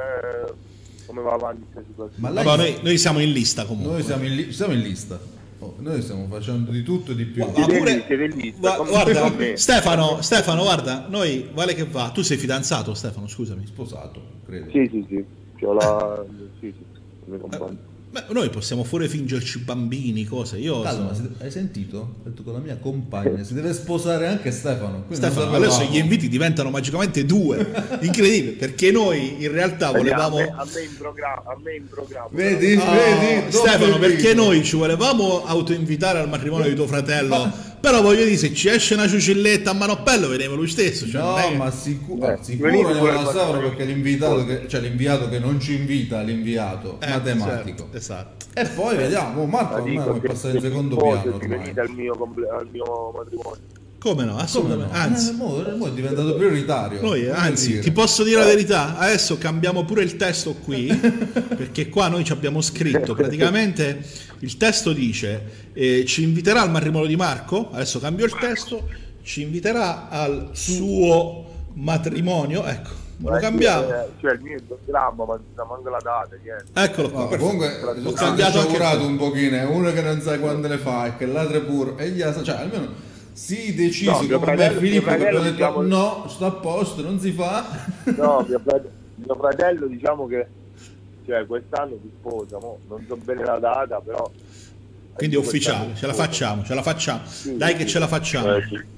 come va avanti questa situazione. Ma lei- Vabbè, noi, noi siamo in lista comunque. Noi siamo in, li- siamo in lista. Oh, noi stiamo facendo di tutto e di più. Ma Siete pure- lì, siete lì, Gua- come- guarda, con me. Stefano, Stefano, guarda, noi vale che va. Tu sei fidanzato, Stefano, scusami. Sposato, credo. Sì, sì, sì, c'ho la... sì, sì, mi compagno. Beh, noi possiamo pure fingerci bambini, cose. Io Calma, sono- si- hai sentito? Ho detto con la mia compagna, si deve sposare anche Stefano. quindi non Stefano, sapevamo. adesso gli inviti diventano magicamente due. Incredibile, perché noi in realtà volevamo. a, me, a me in programma, a me in programma. Vedi? Ah, Vedi? Stefano, Doppio perché invito. noi ci volevamo autoinvitare al matrimonio di tuo fratello. Però voglio dire, se ci esce una ciucilletta a manoppello, vedremo lui stesso. Cioè, non è No, che- ma sicu- Eh, sicuro venite non pure la al Stefano matrimonio. perché l'invitato che, cioè l'inviato che non ci invita, l'inviato Eh, matematico. certo, esatto. E poi vediamo, Marco Ma ormai dico vuole che passare in se secondo sposo, piano se ormai. venite al mio, comple- al mio matrimonio. Come no? Come Assolutamente. no? Anzi, Eh, mo, mo è diventato prioritario. noi, Voglio anzi, dire. ti posso dire la verità, adesso cambiamo pure il testo qui, perché qua noi ci abbiamo scritto, praticamente il testo dice, eh, ci inviterà al matrimonio di Marco, adesso cambio il testo, ci inviterà al suo matrimonio, ecco, lo Eh, cambiamo, eh, Cioè il mio è il programma, ma non sa manco la data, niente. eccolo qua, No, perfetto. comunque Ho sono cambiato anche sciagurato tu. un pochino, è uno che non sa quando le fa e che l'altro è pure e gli ha, cioè almeno si decisi No, mio come me fratello- e Filippo mio che abbiamo fratello, detto diciamo- no, sta a posto, non si fa. No, mio, frate- mio fratello diciamo che cioè, quest'anno si sposa, mo. Non so bene la data, però... Quindi è ufficiale, ce la facciamo, ce la facciamo, dai che ce la facciamo. Eh, sì.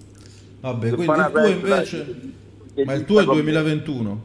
Vabbè, Se quindi fa una il tuo festa, invece dai, che- ma che il tuo è il dica con me. duemilaventuno.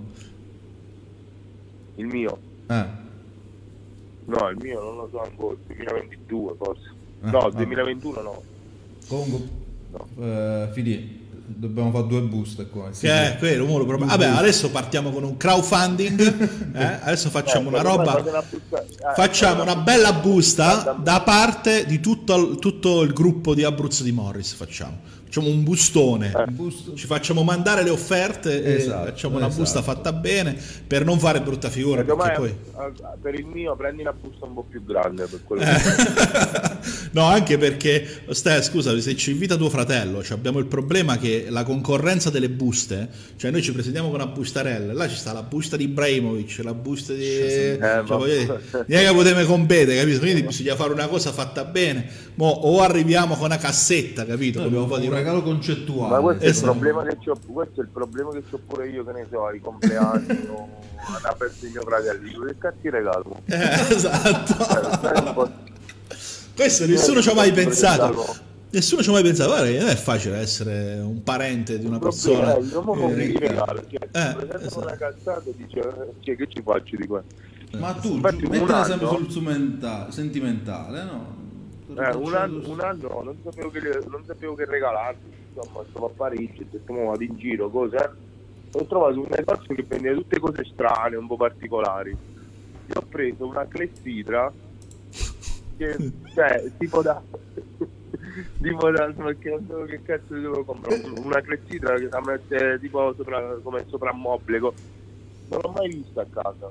Il mio? Eh. No, il mio non lo so ancora, duemilaventidue forse. Ah, no, vabbè. duemilaventuno no. Comunque Eh, Fili, dobbiamo fare due buste qua. Sì, Che è quello, mo lo prob- Vabbè, adesso partiamo con un crowdfunding. eh? Adesso facciamo una roba. Facciamo una bella busta da parte di tutto, tutto il gruppo di Abruzzo di Morris. Facciamo. Facciamo un bustone, Un busto. ci facciamo mandare le offerte e Esatto, facciamo una esatto. busta fatta bene per non fare brutta figura. Perché Domani, poi... eh, per il mio prendi una busta un po' più grande per quello Eh. No, anche perché stai, scusa, se ci invita tuo fratello, cioè abbiamo il problema che la concorrenza delle buste, cioè noi ci presentiamo con una bustarella, là ci sta la busta di Ibrahimovic, la busta di cioè, voglio dire, neanche poteme competere, capito? Quindi bisogna fare una cosa fatta bene. Mo, o arriviamo con una cassetta, capito? Noi Come abbiamo un po' fatto di un regalo concettuale. Ma questo, Esatto. è il problema che c'ho, questo è il problema che c'ho pure io, che ne so, ai compleanni o alla festa di mio fratello. Dico, che cazzo ti regalo? Eh, esatto. Eh, stai un po'- Questo nessuno ci ha mai Eh, pensato. Nessuno ci ha mai pensato, guarda che non è facile essere un parente di una persona. Eh, io mo non mi regalo, cioè, Eh, mi presentano esatto. una cazzata e dice, eh, cioè, che ci faccio di qua? Ma tu Infatti, un mettila sempre anno- sul sumenta- sentimentale, no? Eh, un anno, un anno non sapevo che, non sapevo che regalarmi, insomma, stavo a Parigi, ho detto, mo vado in giro, cose. Ho trovato un negozio che vendeva tutte cose strane, un po' particolari. Io ho preso una clessidra che, cioè, tipo da... tipo da... perché non so che cazzo devo comprare. Una clessidra che la mette tipo sopra, come soprammobile. co- Non l'ho mai vista a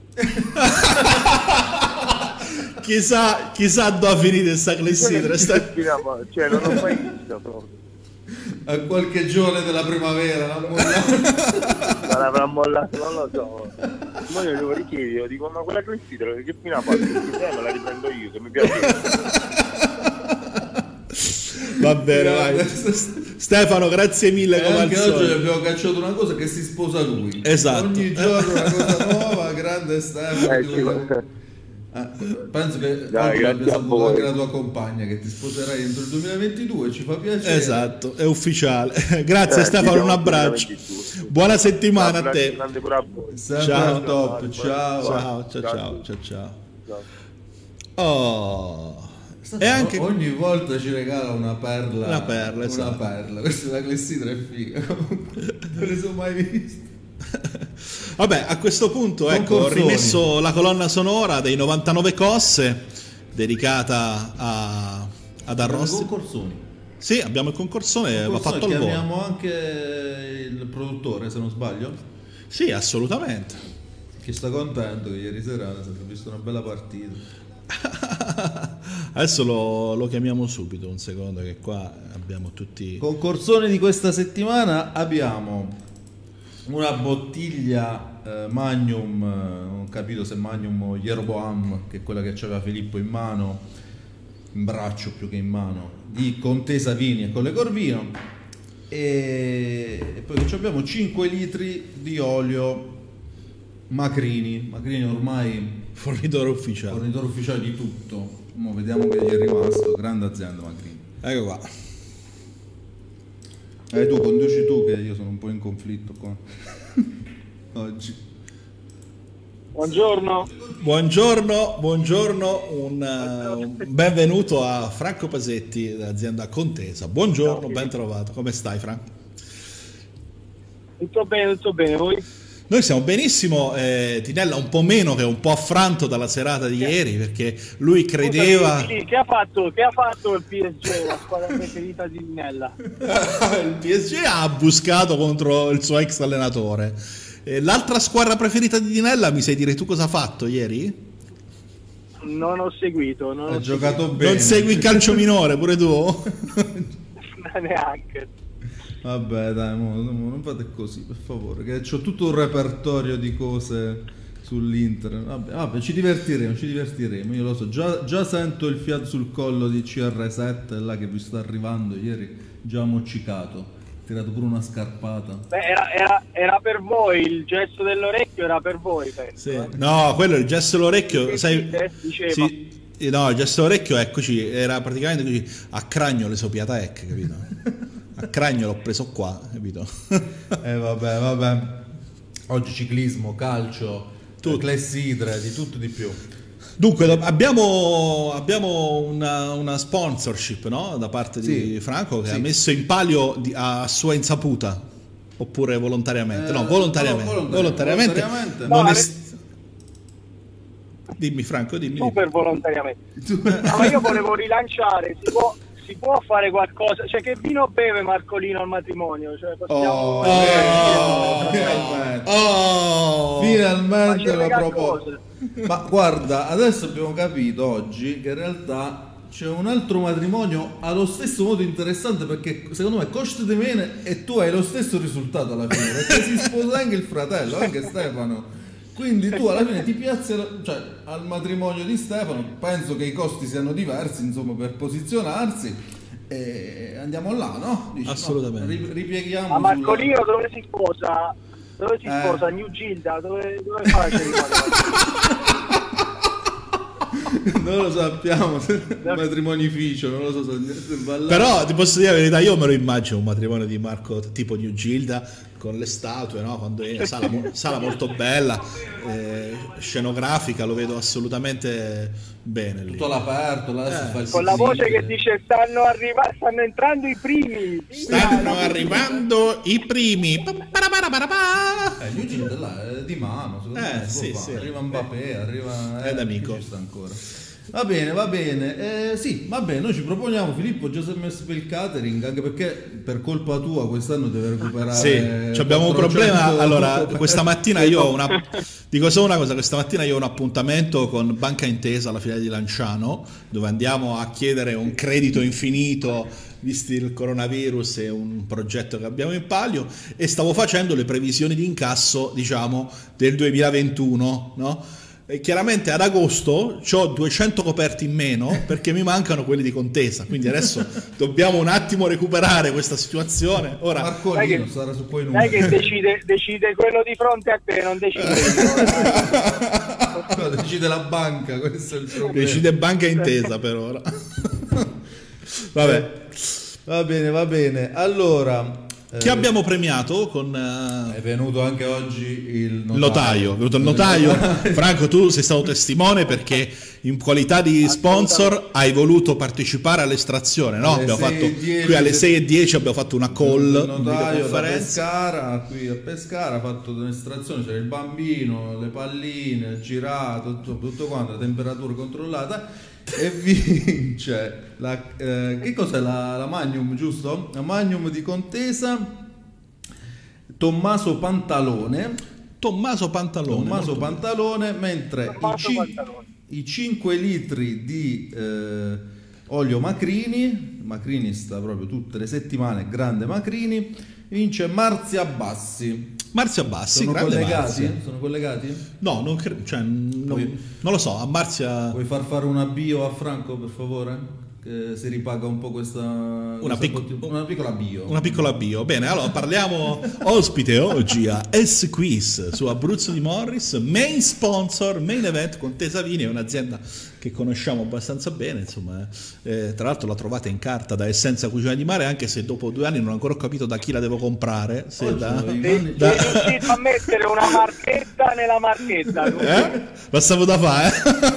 casa. Chissà, chissà dove ha finito questa clessidra. sta- Cioè, non l'ho mai vista proprio. A qualche giorno della primavera, la molla- Ma l'avrà mollato, non lo so. Ma io devo richiedere, dico, ma quella clessidra che fine ha fatto? Perché se me la riprendo io, che mi piace. Va bene, vai. Stefano, grazie mille E come al anche oggi solito. abbiamo cacciato una cosa che si sposa lui. Esatto. Ogni giorno una cosa nuova, grande Stefano. Eh, ti sì, voglio- ma- Ah, penso che Dai, oggi grazie abbia a saputo voi. anche la tua compagna che ti sposerai entro il duemilaventidue, ci fa piacere. Esatto, è ufficiale. Grazie Eh, Stefano, diciamo un abbraccio. duemilaventidue. Buona settimana a Un te. abbraccio grande pure a voi. Sempre Ciao. al top, ciao. Ciao, ciao, ciao, ciao, ciao. Oh. E anche Ogni volta ci regala una perla. Una perla, Una esatto. perla. Questa è la clessidra, è figa. Non le sono mai viste. Vabbè, a questo punto ecco, ho Concorsoni. rimesso la colonna sonora dei novantanove Cosse dedicata a, ad Arrosti. Concorsoni. Sì, abbiamo il concorsone, va fatto al volo. Chiamiamo anche il produttore, se non sbaglio, Sì, assolutamente. che sta contento che ieri sera ha visto una bella partita. Adesso lo, lo chiamiamo subito, un secondo, che qua abbiamo tutti... Concorsone di questa settimana abbiamo una bottiglia eh, Magnum, eh, non ho capito se Magnum o Jeroboam, che è quella che aveva Filippo in mano, in braccio più che in mano, di Contesa Vini e Colle Corvino, e, e poi ci abbiamo cinque litri di olio Macrini. Macrini ormai Fornitore ufficiale. fornitore ufficiale di tutto. Mo vediamo che gli è rimasto. Grande azienda Macrini. Ecco qua. Eh, tu conduci tu, che io sono un po' in conflitto qua oggi. Buongiorno. Buongiorno, buongiorno, un, uh, un benvenuto a Franco Pasetti dell'azienda Contesa. Buongiorno, ben trovato. Come stai, Franco? Tutto bene, tutto bene, voi? Noi siamo benissimo, eh, Tinella un po' meno, che è un po' affranto dalla serata di ieri, perché lui credeva... Scusami, che ha fatto, che ha fatto il P S G, la squadra preferita di Nella? il P S G ha buscato contro il suo ex allenatore. Eh, l'altra squadra preferita di Tinella, mi sai dire tu cosa ha fatto ieri? Non ho seguito, non Ha ho giocato bene. Non segui il calcio minore pure tu? seguito neanche. Vabbè, dai, mo, mo, non fate così, per favore, che ho tutto un repertorio di cose sull'Inter. Vabbè, vabbè, ci divertiremo, ci divertiremo. Io lo so, già, già sento il fiato sul collo di C R sette là che vi sta arrivando. Ieri già moccicato, ha tirato pure una scarpata. Beh, era, era, era per voi, il gesto dell'orecchio era per voi, penso. Sì. eh. No, quello è il gesto dell'orecchio, Che sai... dite? Diceva. Sì, eh, no, il gesto dell'orecchio è così, era praticamente così, a cragno le sopiata ec, capito? A cragno l'ho preso qua, capito? Eh vabbè, vabbè. Oggi ciclismo, calcio, Tutto. clessidre, di tutto di più. Dunque do- abbiamo, abbiamo una, una sponsorship, no? Da parte di Sì. Franco che Sì. ha messo in palio di- a sua insaputa oppure volontariamente? Eh, no, volontariamente. no, volontariamente. volontariamente. non No, è- Dimmi Franco, dimmi. dimmi. Super volontariamente. No, ma io volevo rilanciare, si può, si può fare qualcosa, cioè che vino beve Marcolino al matrimonio? Cioè, possiamo... Oh, Oh, finalmente. oh. Finalmente Ma c'è la una proposta. cosa. Ma guarda, adesso abbiamo capito oggi che in realtà c'è un altro matrimonio allo stesso modo interessante, perché secondo me costa di meno e tu hai lo stesso risultato alla fine, perché si sposa anche il fratello, anche Stefano. Quindi tu alla fine ti piazzi, cioè, al matrimonio di Stefano, penso che i costi siano diversi, insomma, per posizionarsi, e andiamo là, no? Dici, Assolutamente. no, ri- ripieghiamo Ma Marcolino sulla- dove si sposa? Dove si Eh. sposa? New Gilda? Dove, dove fa la cerimonia? non lo sappiamo, matrimonificio, non lo so se va là. Però ti posso dire la verità, io me lo immagino un matrimonio di Marco tipo New Gilda con le statue, no? Quando è sala, mo- sala molto bella, eh, scenografica, lo vedo assolutamente bene lì. tutto all'aperto, là si Eh, fa il Con la voce sissibile. che dice stanno arrivando, stanno entrando i primi. Stanno arrivando i primi. Pa-pa-ra-pa-ra-pa-ra-pa. Eh, Luigi è là, è di mano, secondo Eh, me si sì, può sì. fare. Arriva Mbappé, arriva... È d'amico. chi ci sta ancora. Va bene, va bene. Eh, sì, va bene, noi ci proponiamo, Filippo già si è messo per il catering, anche perché per colpa tua quest'anno deve recuperare... Sì, ci abbiamo un quattrocento problema. Allora, per- questa mattina io ho una. Dico solo una cosa: questa mattina io ho un appuntamento con Banca Intesa, alla filiale di Lanciano, dove andiamo a chiedere un credito infinito, visti il coronavirus e un progetto che abbiamo in palio, e stavo facendo le previsioni di incasso, diciamo, del duemilaventuno, no? E chiaramente ad agosto ho duecento coperti in meno perché mi mancano quelli di Contesa, quindi adesso dobbiamo un attimo recuperare questa situazione. Ora, Marcolino Sai che- sarà su quei Sai numeri. che decide, decide quello di fronte a te, non decide io. No, decide la banca, questo è il problema. decide Banca Intesa per ora. Vabbè, Va bene, va bene. Allora... chi eh, abbiamo premiato con eh, È venuto anche oggi il il notaio? È venuto il notaio. Franco, tu sei stato testimone perché in qualità di sponsor hai voluto partecipare all'estrazione, no? Alle Abbiamo sei fatto e dieci qui alle sei e dieci abbiamo fatto una call, il una notaio da videoconferenza. Pescara, qui a Pescara, ha fatto un'estrazione, c'era il bambino, le palline, il girato, tutto, tutto quanto, la temperatura controllata, e vince la, eh, che cos'è la, la Magnum, giusto? La Magnum di Contesa, Tommaso Pantalone. Tommaso Pantalone. Tommaso molto bene. Pantalone, mentre Tommaso i, cin- Pantalone. i cinque litri di eh, olio Macrini, Macrini sta proprio tutte le settimane, grande Macrini, vince Marzia Bassi. Marzia Bassi, Sono grande collegati? Marzia. Sono collegati? No, non, cre- cioè, non, Poi- non lo so, a Marzia Vuoi far fare una bio a Franco, per favore? Che si ripaga un po' questa... questa pic- una piccola bio. una piccola bio. Bene, allora parliamo ospite oggi a S-Quiz su Abruzzo di Morris, main sponsor, main event Contesa Vini, è un'azienda che conosciamo abbastanza bene, insomma, eh, tra l'altro la trovate in carta da Essenza Cucina di Mare, anche se dopo due anni non ho ancora capito da chi la devo comprare, se Oggi da, i Sei mani- da- riuscito a mettere una marchetta nella marchetta. eh? Passavo da fare,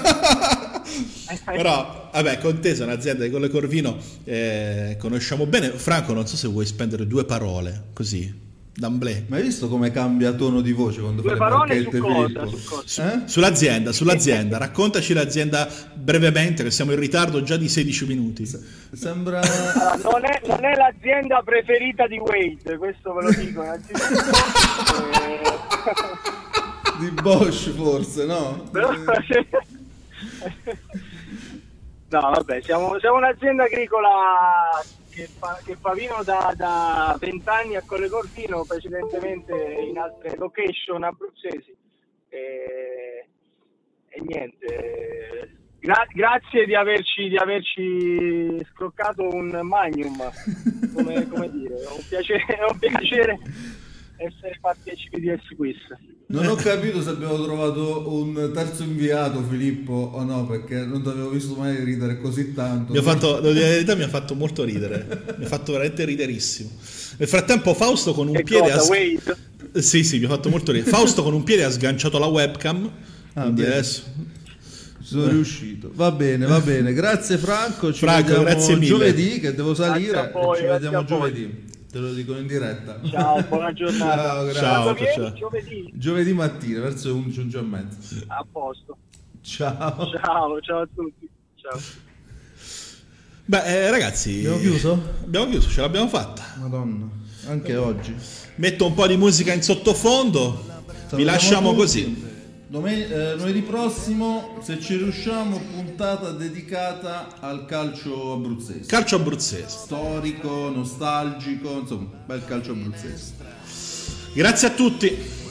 però vabbè, Contesa è un'azienda di Colle Corvino, eh, conosciamo bene. Franco, non so se vuoi spendere due parole così d'amblè Ma hai visto come cambia tono di voce quando Due fai le parole su marchette, cosa? Filippo? Su cosa? Eh? sull'azienda, sull'azienda, raccontaci l'azienda brevemente, che siamo in ritardo già di sedici minuti. Sembra... Allora, non, è, non è l'azienda preferita di Wade, questo ve lo dico innanzitutto. di Bosch forse, no? Però- no, vabbè, siamo, siamo un'azienda agricola che fa, che fa vino da vent'anni a Colle Corvino, precedentemente in altre location abruzzesi. E, e niente, gra- grazie di averci, di averci scroccato un magnum, come, come dire, è un piacere, è un piacere essere partecipi di S-Quiz. Non ho capito se abbiamo trovato un terzo inviato, Filippo, o no, perché non ti avevo visto mai ridere così tanto. Mi ha fatto, devo dire la verità, mi ha fatto molto ridere, mi ha fatto veramente riderissimo. Nel frattempo Fausto con un Che piede cosa, ha... Wade? Sì, sì, mi ha fatto molto ridere. Fausto con un piede ha sganciato la webcam, Ah, quindi bene. adesso sono riuscito. Va bene, va bene. Grazie Franco. Ci Franco, vediamo grazie mille. giovedì, che devo salire. Grazie a voi, e ci grazie vediamo a voi. giovedì. Te lo dico in diretta. Ciao, buona giornata. Ciao, grazie. Ciao, Quando vieni? ciao. Giovedì? Giovedì mattina, verso undici, undici e mezza. A posto. Ciao. Ciao, ciao a tutti. Ciao. Beh, eh, ragazzi, Abbiamo chiuso? Abbiamo chiuso, ce l'abbiamo fatta. Madonna, anche oggi. Metto un po' di musica in sottofondo. Vi Salutiamo lasciamo tutti. così. Domen- eh, lunedì prossimo, se ci riusciamo, puntata dedicata al calcio abruzzese. Calcio abruzzese. Storico, nostalgico, insomma, bel calcio abruzzese. Grazie a tutti.